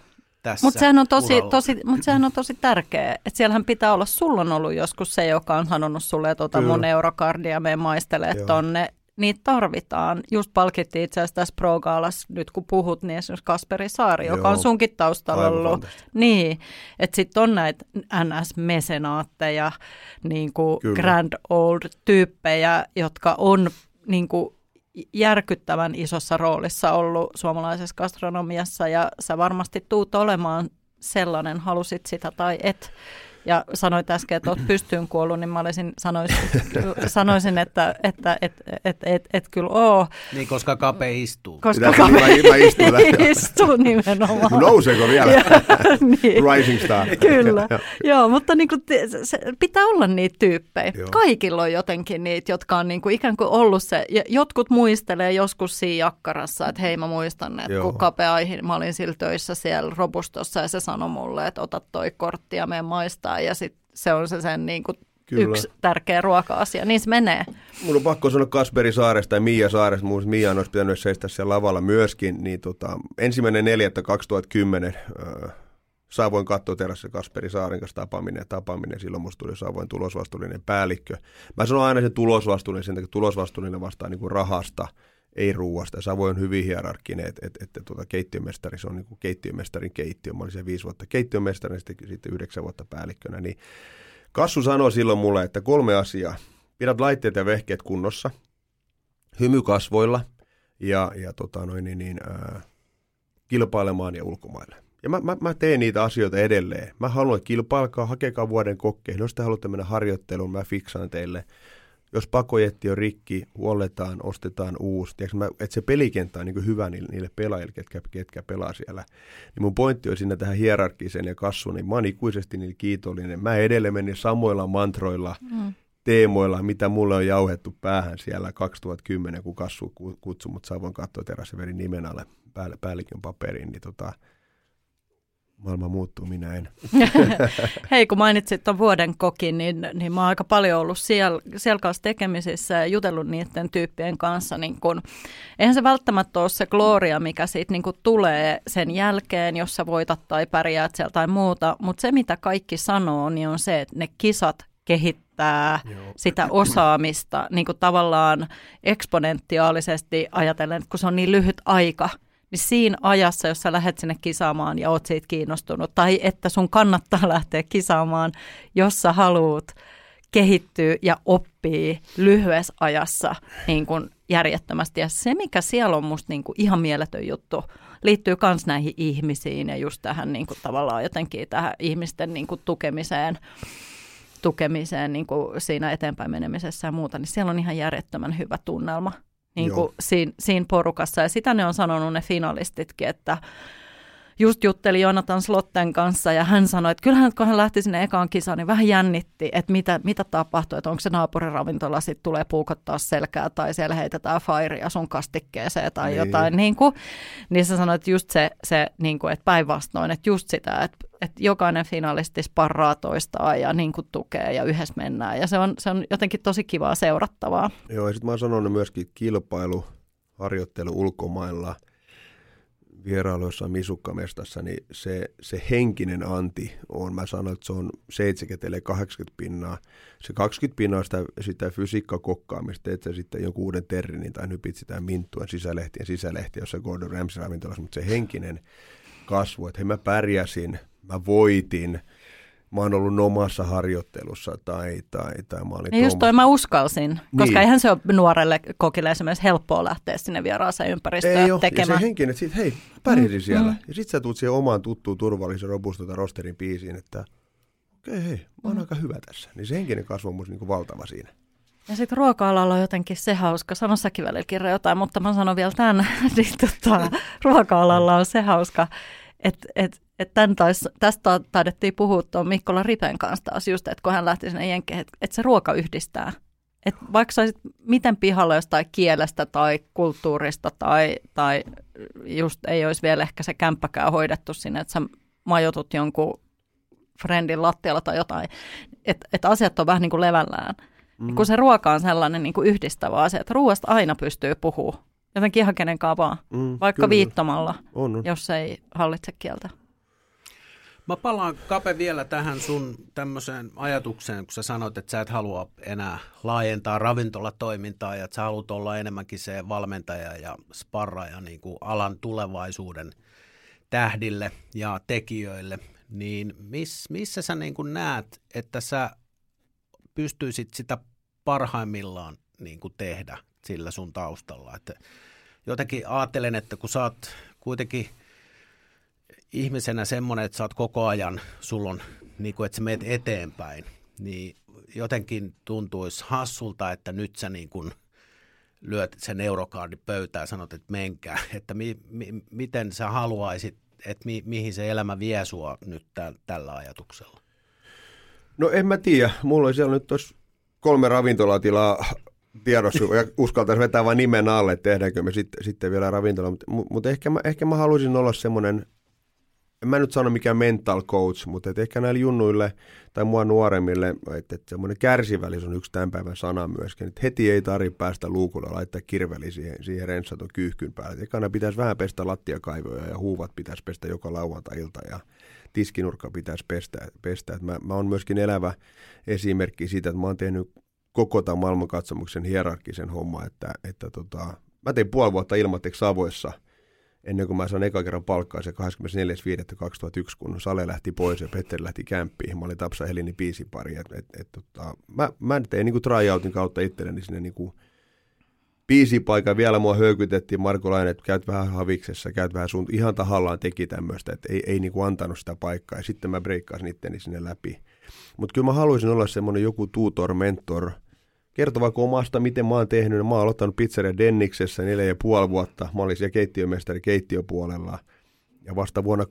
Mutta sehän, on tosi, tosi, mut sehän on tosi tärkeä, että siellähän pitää olla, sulla on ollut joskus se, joka on sanonut sulle, että ota mun eurokardia, mene maistele tonne. Niitä tarvitaan. Just palkittiin itse asiassa tässä Pro-gaalassa, nyt kun puhut, niin esimerkiksi Kasperi Saari, Joo. joka on sunkin taustalla ollut. Niin, että sitten on näitä N S-mesenaatteja, niin kuin grand old-tyyppejä, jotka on niin kuin järkyttävän isossa roolissa ollut suomalaisessa gastronomiassa, ja sä varmasti tuut olemaan sellainen, halusit sitä tai et. Ja sanoit äsken, että olet pystyyn kuollut, niin mä olisin, sanoisin, sanoisin että et, et, et, et, et kyllä oo. Niin, koska Kape istuu. Koska Kape mä istun, istuu nimenomaan. Nouseeko vielä? Niin. Rising star. Kyllä, joo, mutta niin kuin, se, pitää olla niitä tyyppejä. Joo. Kaikilla on jotenkin niitä, jotka on niin kuin ikään kuin ollut se. Ja jotkut muistelee joskus siinä jakkarassa, että hei, mä muistan, että joo. kun Kape aihin, mä olin sillä töissä siellä Robustossa ja se sanoi mulle, että ota toi kortti ja mene maistaa. Ja sitten se on se sen niin kuin yksi tärkeä ruoka-asia. Niin se menee. Mun on pakko sanoa Kasperi Saaresta ja Mia Saaresta. Mun mielestä Mia olisi pitänyt seistä siellä lavalla myöskin. Niin tota, ensimmäinen neljättä kaksituhattakymmenen äh, Savoin kattoterassa Kasperi Saaren kanssa tapaaminen ja tapaaminen. Silloin musta tuli Savoin tulosvastuullinen päällikkö. Mä sanon aina sen tulosvastuullinen, sen takia tulosvastuullinen vastaa niin kuin rahasta, ei ruuasta. Savoin on hyvin hierarkkinen, että et, et, tuota, keittiömestari, se on niin kuin keittiömestarin keittiö. Mä olin siellä viisi vuotta keittiömestarin, sitten, sitten yhdeksän vuotta päällikkönä. Niin Kassu sanoi silloin mulle, että kolme asiaa. Pidät laitteet ja vehkeet kunnossa, hymy kasvoilla ja, ja tota noin, niin, niin, ää, kilpailemaan ja ulkomaille. Ja mä, mä, mä teen niitä asioita edelleen. Mä haluan kilpailkaa, hakekaa vuoden kokkeihin. Jos te haluatte mennä harjoitteluun, mä fiksaan teille. Jos pakojetti on rikki, huolletaan, ostetaan uusi. Tiedätkö, mä, että se pelikenttä on niin kuin hyvä niille, niille pelaajille, ketkä, ketkä pelaa siellä. Niin mun pointti on siinä tähän hierarkkiseen ja Kassuun, niin mä oon ikuisesti niille kiitollinen. Mä edelleen menin samoilla mantroilla, mm. teemoilla, mitä mulle on jauhettu päähän siellä kaksituhattakymmenen, kun Kassu kutsui mut Savon kattoterassa ja veri nimen alle pääll- päällikön paperiin, niin tota, maailma muuttuu, minä en. Hei, kun mainitsit tuon vuoden kokin, niin, niin mä oon aika paljon ollut siellä, siellä kanssa tekemisissä ja jutellut niiden tyyppien kanssa. Niin kun, eihän se välttämättä ole se gloria, mikä siitä niin kun tulee sen jälkeen, jos sä voitat tai pärjäät siellä tai muuta. Mutta se, mitä kaikki sanoo, niin on se, että ne kisat kehittää Joo. sitä osaamista niin kuin tavallaan eksponentiaalisesti ajatellen, kun se on niin lyhyt aika. Niin siinä ajassa, jos sä lähdet sinne kisaamaan ja oot siitä kiinnostunut, tai että sun kannattaa lähteä kisaamaan, jos sä haluat kehittyä ja oppia lyhyessä ajassa niin kuin järjettömästi. Ja se, mikä siellä on musta niin kuin ihan mieletön juttu, liittyy myös näihin ihmisiin ja just tähän niin kuin tavallaan jotenkin tähän ihmisten niin kuin tukemiseen, tukemiseen niin kuin siinä eteenpäin menemisessä ja muuta, niin siellä on ihan järjettömän hyvä tunnelma. Niin kuin siinä, siinä porukassa. Ja sitä ne on sanonut ne finalistitkin, että just jutteli Jonathan Slotten kanssa ja hän sanoi, että kyllähän kun hän lähti sinne ekaan kisaan, niin vähän jännitti, että mitä, mitä tapahtuu, että onko se naapuriravintola sitten tulee puukottaa selkää tai siellä heitetään fairia sun kastikkeeseen tai niin. jotain. Niin, kuin, niin se sanoi, että just se, se niin kuin, että päinvastoin, että just sitä, että, että jokainen finalisti sparraa toistaan ja niin kuin tukee ja yhdessä mennään. Ja se on, se on jotenkin tosi kivaa seurattavaa. Joo, ja sitten mä oon sanonut myöskin kilpailu, harjoittelu ulkomailla, vierailuissa Misukkamestassa, niin se, se henkinen anti on, mä sanoin, että se on seitsemänkymmentä kahdeksankymmentä pinnaa. Se kaksikymmentä pinnaa sitä, sitä fysiikkakokkaamista, teet sä sitten jonkun uuden terrinin tai nypit sitä minttuen sisälehtien sisälehtiä, jossa Gordon Ramsay ravintolassa, mutta se henkinen kasvu, että hei mä pärjäsin, mä voitin mä oon ollut omassa harjoittelussa tai, tai, tai mä olin... Ja just toi mä uskalsin, koska niin. Eihän se ole nuorelle kokille esimerkiksi helppoa lähteä sinne vieraaseen ympäristöön Ei ole. tekemään. Ja se henkinen, että sit, hei, pärjäsin mm, siellä. Mm. Ja sit sä tuut siihen omaan tuttuun turvallisen robustota rosterin biisiin, että okei, okay, hei, mä oon mm. aika hyvä tässä. Niin se henkinen kasvu on musta niin kuin valtava siinä. Ja sitten ruoka-alalla on jotenkin se hauska, sano säkin välillä kirja jotain, mutta mä sanon vielä tämän, niin tota, ruoka-alalla on se hauska, että et, et tais, tästä taidettiin puhua tuon Mikkola Ripen kanssa taas just, että kun hän lähti sinne Jenkkeihin, että et se ruoka yhdistää. Että vaikka sä olisit miten pihalla jostain kielestä tai kulttuurista tai, tai just ei olisi vielä ehkä se kämppäkään hoidettu sinne, että sä majoitut jonkun friendin lattialla tai jotain, että et asiat on vähän niin kuin levällään. Mm. Kun se ruoka on sellainen niin kuin yhdistävä asia, että ruoasta aina pystyy puhumaan. Jotenkin ihan kenenkaan vaan, mm, vaikka kyllä. viittomalla, on, on. Jos ei hallitse kieltä. Mä palaan, Kape, vielä tähän sun tämmöiseen ajatukseen, kun sä sanoit, että sä et halua enää laajentaa ravintolatoimintaa ja että sä haluat olla enemmänkin se valmentaja ja sparraaja niin kuin alan tulevaisuuden tähdille ja tekijöille. Niin miss, missä sä niin kuin näet, että sä pystyisit sitä parhaimmillaan niin kuin tehdä sillä sun taustalla? Että jotenkin ajattelen, että kun sä oot kuitenkin ihmisenä semmoinen, että sä oot koko ajan, sulla on, niin kuin, että sä meet eteenpäin, niin jotenkin tuntuisi hassulta, että nyt sä niin kuin lyöt sen eurokaardin pöytään ja sanot, että menkää, että mi, mi, miten sä haluaisit, että mi, mihin se elämä vie sua nyt täl, tällä ajatuksella? No en mä tiedä. Mulla on siellä nyt tuossa kolme ravintolatilaa tiedossa ja uskaltaisi vetää vain nimen alle, että tehdäänkö me sitten, sitten vielä ravintola. Mutta mut ehkä, mä, ehkä mä haluaisin olla semmoinen, en mä nyt sano mikään mental coach, mutta ehkä näille junnuille tai mua nuoremmille, että, että semmoinen kärsivällisyys on yksi tämän päivän sana myöskin. Että heti ei tarvitse päästä luukulle laittaa kirveli siihen, siihen rensaton kyyhkyn päälle. Ekana pitäisi vähän pestä lattiakaivoja ja huuvat pitäisi pestä joka lauantai-ilta ja tiskinurkka pitäisi pestä. pestä. Mä, mä oon myöskin elävä esimerkki siitä, että mä oon tehnyt koko tämän maailmankatsomuksen hierarkkisen homma, että, että tota, mä tein puoli vuotta ilmatteeksi Savoissa ennen kuin mä sain eka kerran palkkaa se kahdeskymmenesneljäs viidettä kaksituhattayksi, kun Sale lähti pois ja Petteri lähti kämppiin. Mä olin Tapsa Helinin biisipari. Et, et, et, tota, mä, mä tein niin kuin tryoutin kautta itselleni sinne niin kuin biisipaikan. Vielä mua höykytettiin Marko Laine, että käyt vähän haviksessa, käyt vähän sun ihan tahallaan teki tämmöistä, että ei, ei niin kuin antanut sitä paikkaa. Ja sitten mä breikkaasin itteni sinne läpi. Mutta kyllä mä haluaisin olla semmoinen joku tutor, mentor, kertoo vaikka omasta, miten mä oon tehnyt. Mä oon aloittanut pizzeria Denniksessä neljä ja puoli vuotta. Mä olin siellä keittiömestari keittiöpuolella. Ja vasta vuonna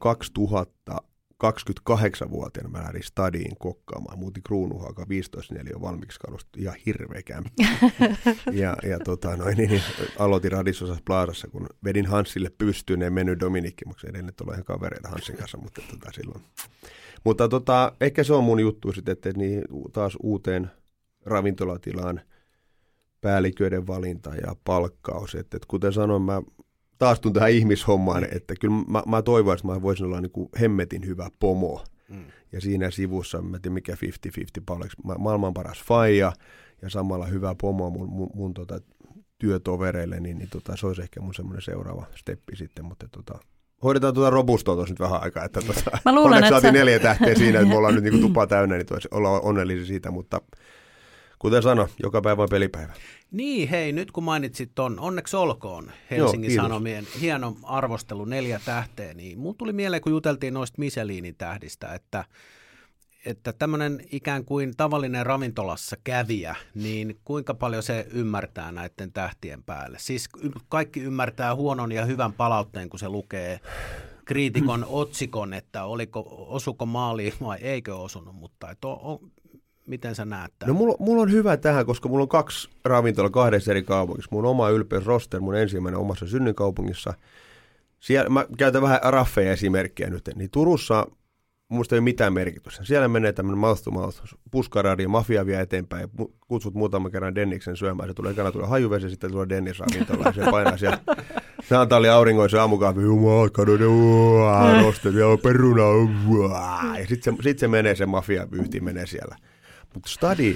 kaksituhattakaksikymmentäkahdeksan-vuotiaana mä lähdin stadiin kokkaamaan. Muutin Kruunuhaakaan viisitoista neliö valmiiksi kalusta. Ihan hirveä kämppä. ja ja tota, noin, niin, niin, aloitin Radissosas Plaasassa, kun vedin Hanssille pystyyn. En mennyt Dominikki, mutta edelleen tuolla ihan kavereita Hanssin kanssa. Mutta, tota, silloin. mutta tota, ehkä se on mun juttu sitten, että niin, taas uuteen ravintolatilaan päälliköiden valinta ja palkkaus. Että, että kuten sanoin, mä taastun tähän ihmishommaan, että kyllä mä, mä toivoisin, että mä voisin olla niin kuin hemmetin hyvä pomo. Mm. Ja siinä sivussa, mä en tiedä mikä viisikymmentä viisikymmentä palveluksi, maailman paras faija ja samalla hyvä pomo mun, mun, mun tota, työtovereille, niin, niin tota, se olisi ehkä mun semmoinen seuraava steppi sitten, mutta tota, hoidetaan tuota robustoa tuossa nyt vähän aikaa, että tota, mä luulen, onneksi saatiin sä... neljä tähteä siinä, että me ollaan nyt niin kuin tupa täynnä, niin toisi olla onnellisia siitä, mutta kuten sano, joka päivä on pelipäivä. Niin, hei, nyt kun mainitsit ton, onneksi olkoon Helsingin Joo, Sanomien hieno arvostelu neljä tähteä, niin mulla tuli mieleen, kun juteltiin noista Michelinin tähdistä, että, että tämmöinen ikään kuin tavallinen ravintolassa kävijä, niin kuinka paljon se ymmärtää näiden tähtien päälle? Siis kaikki ymmärtää huonon ja hyvän palautteen, kun se lukee kriitikon otsikon, että oliko, osuko maaliin vai eikö osunut, mutta että on, on, miten sä näet tämän? No mulla, mulla on hyvä tähän, koska mulla on kaksi ravintolaa kahdessa eri kaupungissa. Mun oma ylpeys Roster, mun ensimmäinen omassa synnyinkaupungissa. Siellä, mä käytän vähän raffeja esimerkkejä nyt. Niin Turussa musta ei ole mitään merkitystä. Siellä menee tämmöinen mouth to mouth, puskaradio, mafia vie eteenpäin. Kutsut muutaman kerran Denniksen syömään. Se tulee ekana tulee hajuvesi, sitten tulee Dennis ravintola ja se painaa siellä. Naantali auringoissa aamukahvi, jumaa, kadone, Roster, ja peruna, ja sitten se, sit se menee, se mafia-vyyhti menee siellä. Mutta stadi,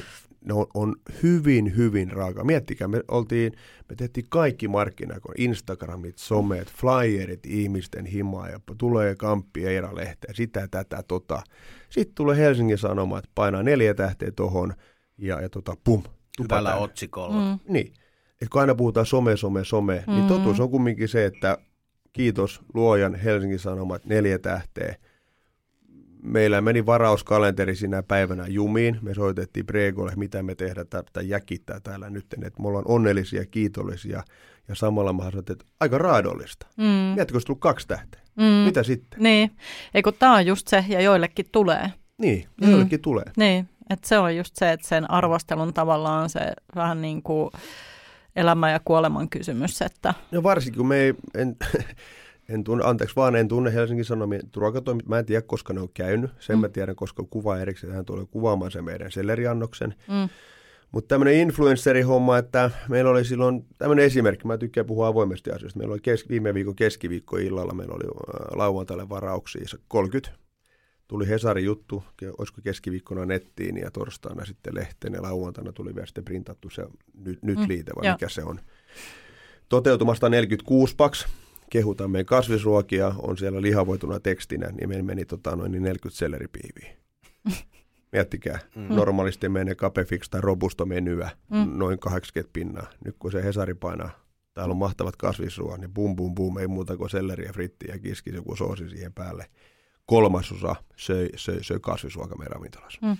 ne on, on hyvin, hyvin raaka. Miettikää, me, oltiin, me tehtiin kaikki markkinakon, Instagramit, somet, flyerit ihmisten himaa, ja tulee Kamppi, Eira-lehteä, sitä, tätä, tota. Sitten tulee Helsingin Sanomat, painaa neljä tähteä tohon, ja, ja tota, pum. Hyvällä otsikolla. Mm. Niin, että kun aina puhutaan some, some, some, mm. niin totuus on kumminkin se, että kiitos luojan Helsingin Sanomat, neljä tähteä. Meillä meni varauskalenteri sinä päivänä jumiin. Me soitettiin Bregolle, mitä me tehdään tai jäkittää täällä nyt. Että me ollaan onnellisia, kiitollisia ja samalla mä sanoin, että aika raadollista. Mm. Miettikö, olisi tullut kaksi tähteä? Mm. Mitä sitten? Niin, eikö tämä on just se ja joillekin tulee. Niin, ja joillekin mm. tulee. Niin, että se on just se, että sen arvostelun tavallaan se vähän niin kuin elämän ja kuoleman kysymys. Että... No varsinkin, kun me ei... En, En tunne, anteeksi vaan, en tunne Helsingin Sanomien ruokatoimit. Mä en tiedä, koska ne on käynyt. Sen mm. mä tiedän, koska kuva erikseen hän tulee kuvaamaan sen meidän selleriannoksen. Mm. Mutta tämmöinen influencerihomma, että meillä oli silloin tämmöinen esimerkki. Mä tykkään puhua avoimesti asioista. Meillä oli kes, viime viikon keskiviikkoillalla, meillä oli äh, lauantaille varauksia kolmekymmentä. Tuli Hesarin juttu, olisiko keskiviikkona nettiin ja torstaina sitten lehteen ja lauantaina tuli vielä sitten printattu se nyt, nyt mm. liite, vai ja. mikä se on. Toteutumasta neljäkymmentäkuusi paks. Kehutaan meidän kasvisruokia, on siellä lihavoituna tekstinä, niin meillä meni tota, noin neljäkymmentä selleripiiviä. Miettikää, mm. normaalisti menee Capefix tai Robusto menyä, mm. noin kahdeksankymmentä pinnaa. Nyt kun se Hesari painaa, täällä on mahtavat kasvisruoat, niin bum bum bum, ei muuta kuin selleriä, frittiä ja kiskis joku soosi siihen päälle. Kolmasosa söi, söi, söi kasvisruoka meidän ravintolassa. Mm.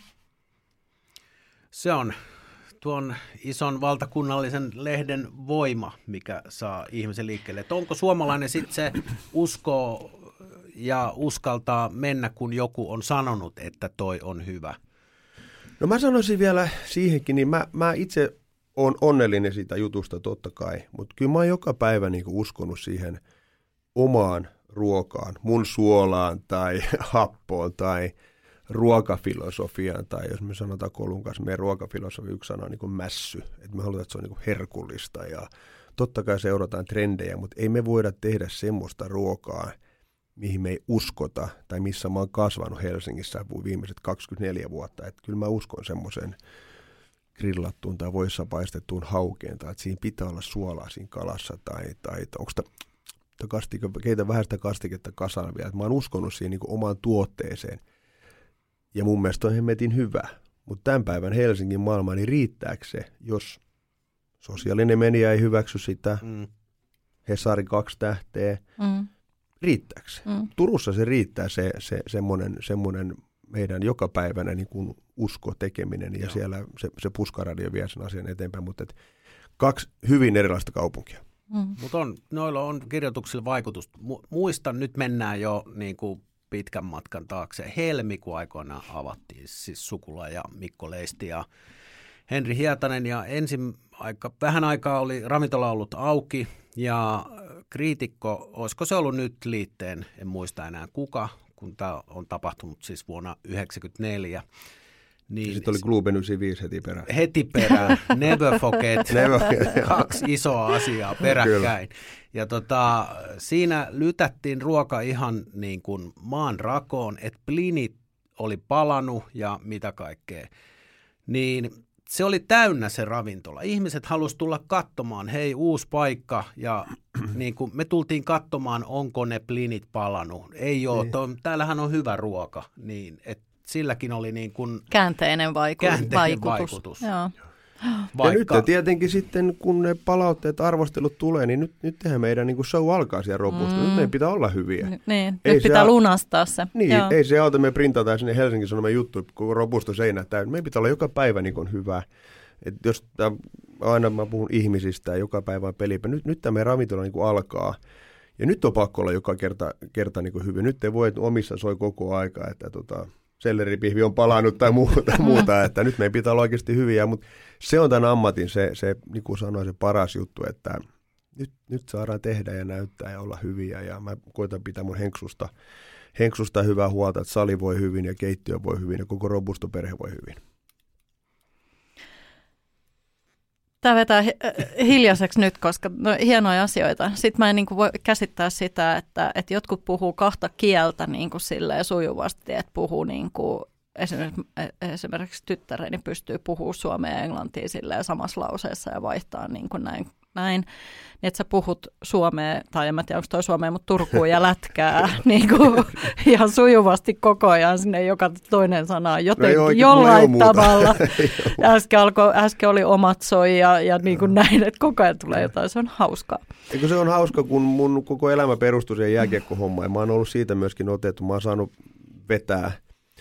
Se on tuon ison valtakunnallisen lehden voima, mikä saa ihmisen liikkeelle. Että onko suomalainen sitten se uskoo ja uskaltaa mennä, kun joku on sanonut, että toi on hyvä? No mä sanoisin vielä siihenkin, niin mä, mä itse olen onnellinen siitä jutusta totta kai, mutta kyllä mä oon joka päivä niinku uskonut siihen omaan ruokaan, mun suolaan tai happoon tai ruokafilosofiaan, tai jos me sanotaan koulun kanssa, meidän ruokafilosofia yksi sana on niin kuin mässy, että me halutaan, että se on niin kuin herkullista, ja totta kai seurataan trendejä, mutta ei me voida tehdä semmoista ruokaa, mihin me ei uskota, tai missä mä oon kasvanut Helsingissä viimeiset kaksikymmentäneljä vuotta, että kyllä mä uskon semmoisen grillattuun tai voissa paistettuun haukeen, tai että siinä pitää olla suolaa siinä kalassa, tai, tai onko sitä kastike, keitä vähän sitä kastiketta kasaan vielä, että mä oon uskonut siihen niin kuin omaan tuotteeseen. Ja mun mielestä on hemmetin hyvä, mutta tämän päivän Helsingin maailma, niin riittääkö se, jos sosiaalinen media ei hyväksy sitä, mm. Hesari kaksi tähteä, mm. riittääkö se? Mm. Turussa se riittää se, se semmoinen, semmoinen meidän jokapäiväinen niin kuin usko tekeminen, ja Joo. siellä se, se puskaradio vie sen asian eteenpäin, mutta et kaksi hyvin erilaista kaupunkia. Mm. Mutta on, noilla on kirjoituksilla vaikutus. Muistan, nyt mennään jo niin kuin pitkän matkan taakse. Helmikuun aikoina avattiin siis Sukula ja Mikko Leisti ja Henri Hietanen, ja ensin aika, vähän aikaa oli ravintola ollut auki, ja kriitikko, olisiko se ollut nyt liitteen, en muista enää kuka, kun tämä on tapahtunut siis vuonna yhdeksänkymmentäneljä. Niin, sitten oli Globen yhdeksänkymmentäviisi heti perään. Heti perään, never forget, kaksi isoa asiaa peräkkäin. Ja tota, siinä lytättiin ruoka ihan niin kuin maan rakoon, että plinit oli palannut ja mitä kaikkea. Niin se oli täynnä se ravintola. Ihmiset halusivat tulla katsomaan, hei, uusi paikka, ja niin kuin me tultiin katsomaan, onko ne plinit palannut. Ei ole, niin. to, täällähän on hyvä ruoka, niin että silläkin oli niin kuin käänteinen, vaiku- käänteinen vaikutus. vaikutus. Joo. Vaikka... Ja nyt tietenkin sitten, kun ne palautteet, arvostelut tulee, niin nyt, nyt tehdään meidän niin kuin show alkaa siellä Robusta. Mm. Nyt meidän pitää olla hyviä. N- niin, ei nyt pitää a... lunastaa se. Niin, Joo. ei se auta, me printataan sinne Helsingin Sanomien juttu, kun Robusta seinä täynnä. Meidän pitää olla joka päivä niin kuin hyvä. Et jos tää, aina mä puhun ihmisistä ja joka päivä on pelipä. Nyt, nyt tämä meidän ravintola niin kuin alkaa. Ja nyt on pakko olla joka kerta, kerta niin kuin hyvin. Nyt ei voi, että omissa soi koko aika, että tota... selleripihvi on palannut tai muuta, muuta, että nyt meidän pitää olla oikeasti hyviä, mutta se on tämän ammatin se, se niin kuin sanoin, se paras juttu, että nyt, nyt saadaan tehdä ja näyttää ja olla hyviä, ja mä koitan pitää mun henksusta, henksusta hyvää huolta, että sali voi hyvin ja keittiö voi hyvin ja koko Robusto-perhe voi hyvin. Tämä vetää hiljaiseksi nyt, koska no, hienoja asioita. Sitten mä en niin kuin voi käsittää sitä, että, että jotkut puhuu kahta kieltä niin kuin silleen sujuvasti, että puhuu niin kuin esimerkiksi, esimerkiksi tyttäreni pystyy puhumaan suomea ja englantia silleen samassa lauseessa ja vaihtaa niin kuin näin. näin. Niin, että sä puhut suomea, tai en mä tiedä, onko toi suomea, mutta Turkuun ja lätkää niin kuin ihan sujuvasti koko ajan sinne joka toinen sana joten no jollain tavalla. äsken, alkoi, äsken oli omat soi ja, ja niin kuin näin, että koko ajan tulee jotain, se on hauskaa. Eikö se on hauska, kun mun koko elämä perustui siihen jääkiekkohommaan, ja mä oon ollut siitä myöskin otettu, mä oon saanut vetää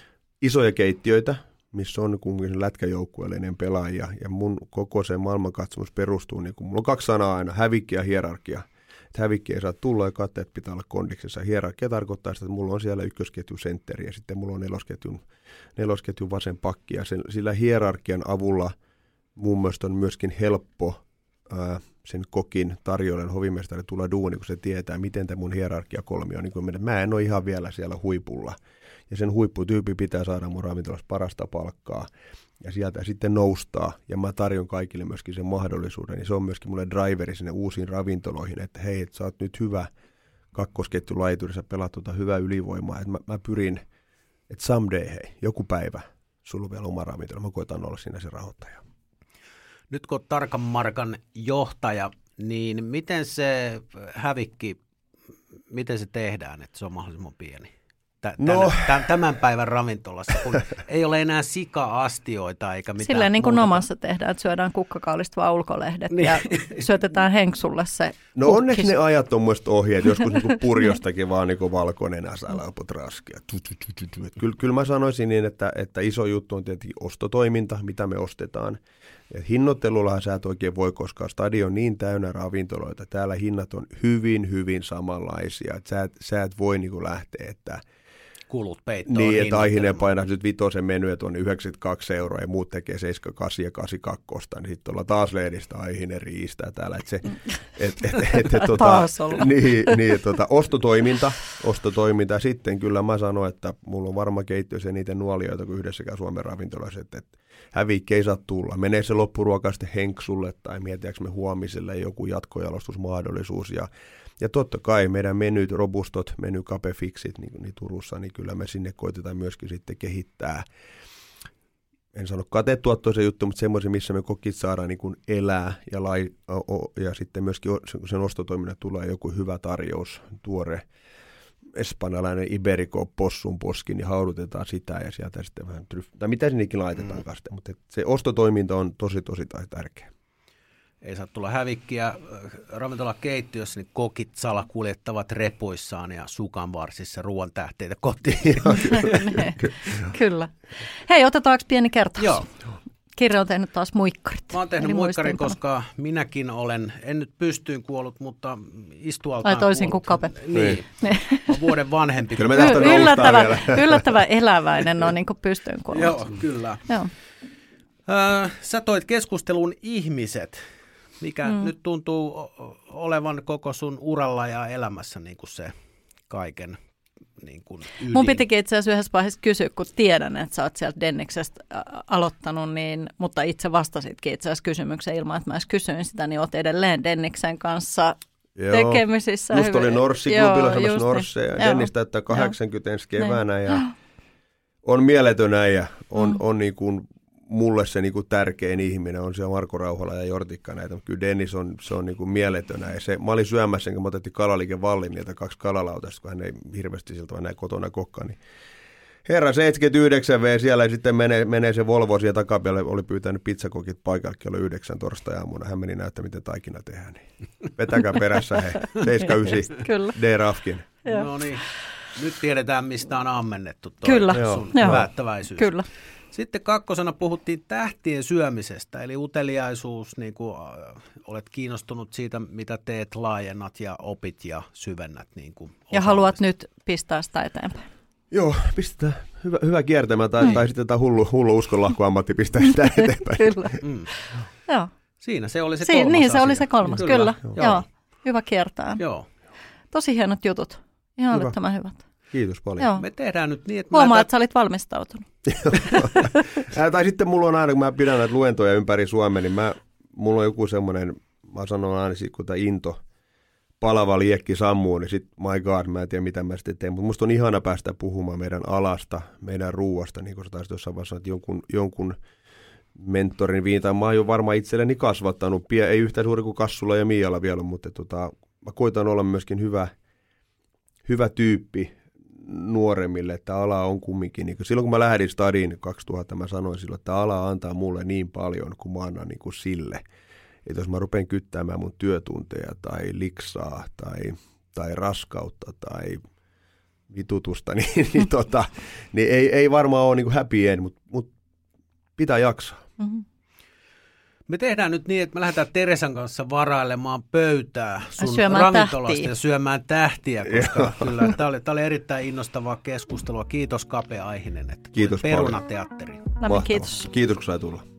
isoja keittiöitä, missä on kuitenkin lätkäjoukkueellinen pelaaja, ja mun koko se maailmankatsomus perustuu, niin kun mulla on kaksi sanaa aina, hävikki ja hierarkia. Että hävikki ei saa tulla ja katteet pitää olla kondiksessa. Hierarkia tarkoittaa sitä, että mulla on siellä ykkösketjun sentteri ja sitten mulla on nelosketjun, nelosketjun vasen pakki, ja sen, sillä hierarkian avulla mun mielestä on myöskin helppo ää, sen kokin tarjoilijan hovimestari tulla duuni, kun se tietää, miten tämä mun hierarkiakolmio on. Niin kuin mä en ole ihan vielä siellä huipulla. Ja sen huipputyyppi pitää saada mun ravintolassa parasta palkkaa. Ja sieltä sitten noustaa. Ja mä tarjon kaikille myöskin sen mahdollisuuden. Ja se on myöskin mulle driveri sinne uusiin ravintoloihin, että hei, että sä oot nyt hyvä kakkosketjulaiturissa, pelaat tuota hyvää ylivoimaa. Että mä, mä pyrin, että someday, hei, joku päivä, sulla on vielä oma ravintola. Mä koitan olla siinä se rahoittaja. Nyt kun olet Tarkan Markan johtaja, niin miten se hävikki, miten se tehdään, että se on mahdollisimman pieni? No. Tämän päivän ravintolassa, kun ei ole enää sika-astioita eikä mitään. Silleen niin kuin omassa tehdään, että syödään kukkakaalista vaan ulkolehdet niin. Ja syötetään Henksulle se No kukkis. Onneksi ne ajat on muista ohi, että joskus niin purjostakin vaan niin valkoinen äsälaupat raskia. Kyllä, kyllä mä sanoisin niin, että, että iso juttu on tietenkin ostotoiminta, mitä me ostetaan. Et hinnoittelullahan sä et oikein voi, koska stadion on niin täynnä ravintoloita. Täällä hinnat on hyvin, hyvin samanlaisia. Et sä, et, sä et voi niin kuin lähteä, että kulut peittoon. Niin, että Aihinen painaa nyt vitosen menyä tuonne yhdeksänkymmentäkaksi euroa ja muut tekee seitsemänkymmentäkahdeksan ja kahdeksankymmentäkaksi, niin sitten ollaan taas lehdistä Aihinen riistää täällä. Et se, et, et, et, et, tota, taas ollaan. Niin, niin tota, ostotoiminta, ostotoiminta. Sitten kyllä mä sanon, että mulla on varma keittiössä eniten nuolioita kuin yhdessäkään Suomen ravintolassa, että et, hävikki ei saa tulla. Menee se loppuruoka sitten Henksulle tai mietiäänkö me huomiselle joku jatkojalostusmahdollisuus. Ja, ja totta kai meidän menyt, robustot, meny Capefiksit niin, niin Turussa, niin kyllä me sinne koitetaan myöskin sitten kehittää. En sano katetuottoisen juttu, mutta semmoisen, missä me kokit saadaan niin kuin elää ja, lai, ja sitten myöskin sen ostotoiminnan tulee joku hyvä tarjous, tuore espanjalainen Iberico possun poskin ja haudutetaan sitä ja sieltä sitten vähän tryff- tai mitä sinnekin laitetaan mm. sitten, mutta se ostotoiminta on tosi tosi tärkeä. Ei saa tulla hävikkiä. Ravintolakeittiössä niin kokit salakuljettavat repuissaan ja sukanvarsissa ruoan tähteitä kotiin. Kyllä. Hei, otetaanko pieni kertaus? Joo. Kirja on tehnyt taas muikkarit. Mä oon tehnyt muikkarin, koska minäkin olen, en nyt pystyyn kuollut, mutta istualtaan tai toisin kuollut. kuin Kape. Niin, mä vuoden vanhempi. Kyllä me tästä y- yllättävä, yllättävä eläväinen on niin kuin pystyyn kuollut. Joo, kyllä. Joo. Äh, sä toit keskusteluun ihmiset, mikä mm. nyt tuntuu olevan koko sun uralla ja elämässä niin kuin se kaiken niin kuin ydin. Mun pitikin itse asiassa yhdessä vaiheessa kysyä, kun tiedän, että sä oot sieltä Denniksestä aloittanut, niin, mutta itse vastasitkin itse asiassa kysymyksen ilman, että mä edes kysyin sitä, niin oot edelleen Denniksen kanssa Joo. tekemisissä. Just oli Norssi-klubilla samassa Norsseja. Niin. Dennis täyttää kahdeksankymmentä ensi keväänä ja on mieletön äijä. On, mm. on niin kuin mulle se niin kuin tärkein ihminen on siellä Marko Rauhala ja Jortikka näitä, mutta kyllä Dennis on, se on niin kuin mieletönä. Ja se, mä olin syömässä, kun mä otettiin Kalaliike Vallinilta kaksi kalalautasta, kun hän ei hirveästi siltä vaan näin kotona kokkaan. Niin herra seitsemänkymmentäyhdeksän vee siellä ja sitten menee, menee se Volvo siellä takapialle, oli pyytänyt pizzakokit paikalle kello yhdeksän torstai-aamuna. Hän meni näyttää, miten taikina tehdään. Niin vetäkää perässä he, seitsemänkymmentäyhdeksän D. Rafkin. No niin, nyt tiedetään, mistä on ammennettu toi Kyllä. sun päättäväisyys. Kyllä. Sitten kakkosena puhuttiin tähtien syömisestä, eli uteliaisuus, niin kuin olet kiinnostunut siitä, mitä teet, laajennat ja opit ja syvennät. Niin kuin ja haluat nyt pistää sitä eteenpäin. Joo, pistetään hyvä, hyvä kiertämä tai, mm. tai sitten tämä hullu, hullu uskonlahkoammatti pistää sitä eteenpäin. Kyllä. Mm. Joo. Siinä se oli se Siin, kolmas Niin, asia. se oli se kolmas, kyllä. kyllä. Joo. Joo. Hyvä kiertää. Joo. Tosi hienot jutut. Ihan älyttömän hyvät. Kiitos paljon. Joo. Me tehdään nyt niin, että... Huomaa, näitä... että sä olit valmistautunut. Tai sitten mulla on aina, kun mä pidän näitä luentoja ympäri Suomea, niin mä, mulla on joku semmoinen, mä sanon aina siitä, kun tämä into palava liekki sammuu, niin sit my god, mä en tiedä mitä mä sitten teen. Mutta musta on ihana päästä puhumaan meidän alasta, meidän ruuasta, niin kuin sä taisit jossain vaiheessa, että jonkun, jonkun mentorin viintaan. Mä oon jo varmaan itselleni kasvattanut, Pie, ei yhtä suuri kuin Kassulla ja Mialla vielä, mutta tota, mä koitan olla myöskin hyvä, hyvä tyyppi nuoremmille, että ala on kumminkin. Niin silloin kun mä lähdin stadiin kaksituhatta, mä sanoin silloin, että ala antaa mulle niin paljon kuin mä annan niin kuin sille. Että jos mä rupean kyttäämään mun työtunteja tai liksaa tai, tai raskautta tai vitutusta, niin, niin, tota, niin ei, ei varmaan ole niin kuin happy end, mutta mut pitää jaksaa. Mm-hmm. Me tehdään nyt niin, että me lähdetään Teresan kanssa varailemaan pöytää sun syömään ravintolasta tähtiä. ja syömään tähtiä, koska kyllä tämä oli, oli erittäin innostavaa keskustelua. Kiitos Kape Aihinen, että Kiitos Perunateatteri. Lämmin kiitos. Kiitos kun sai tulla.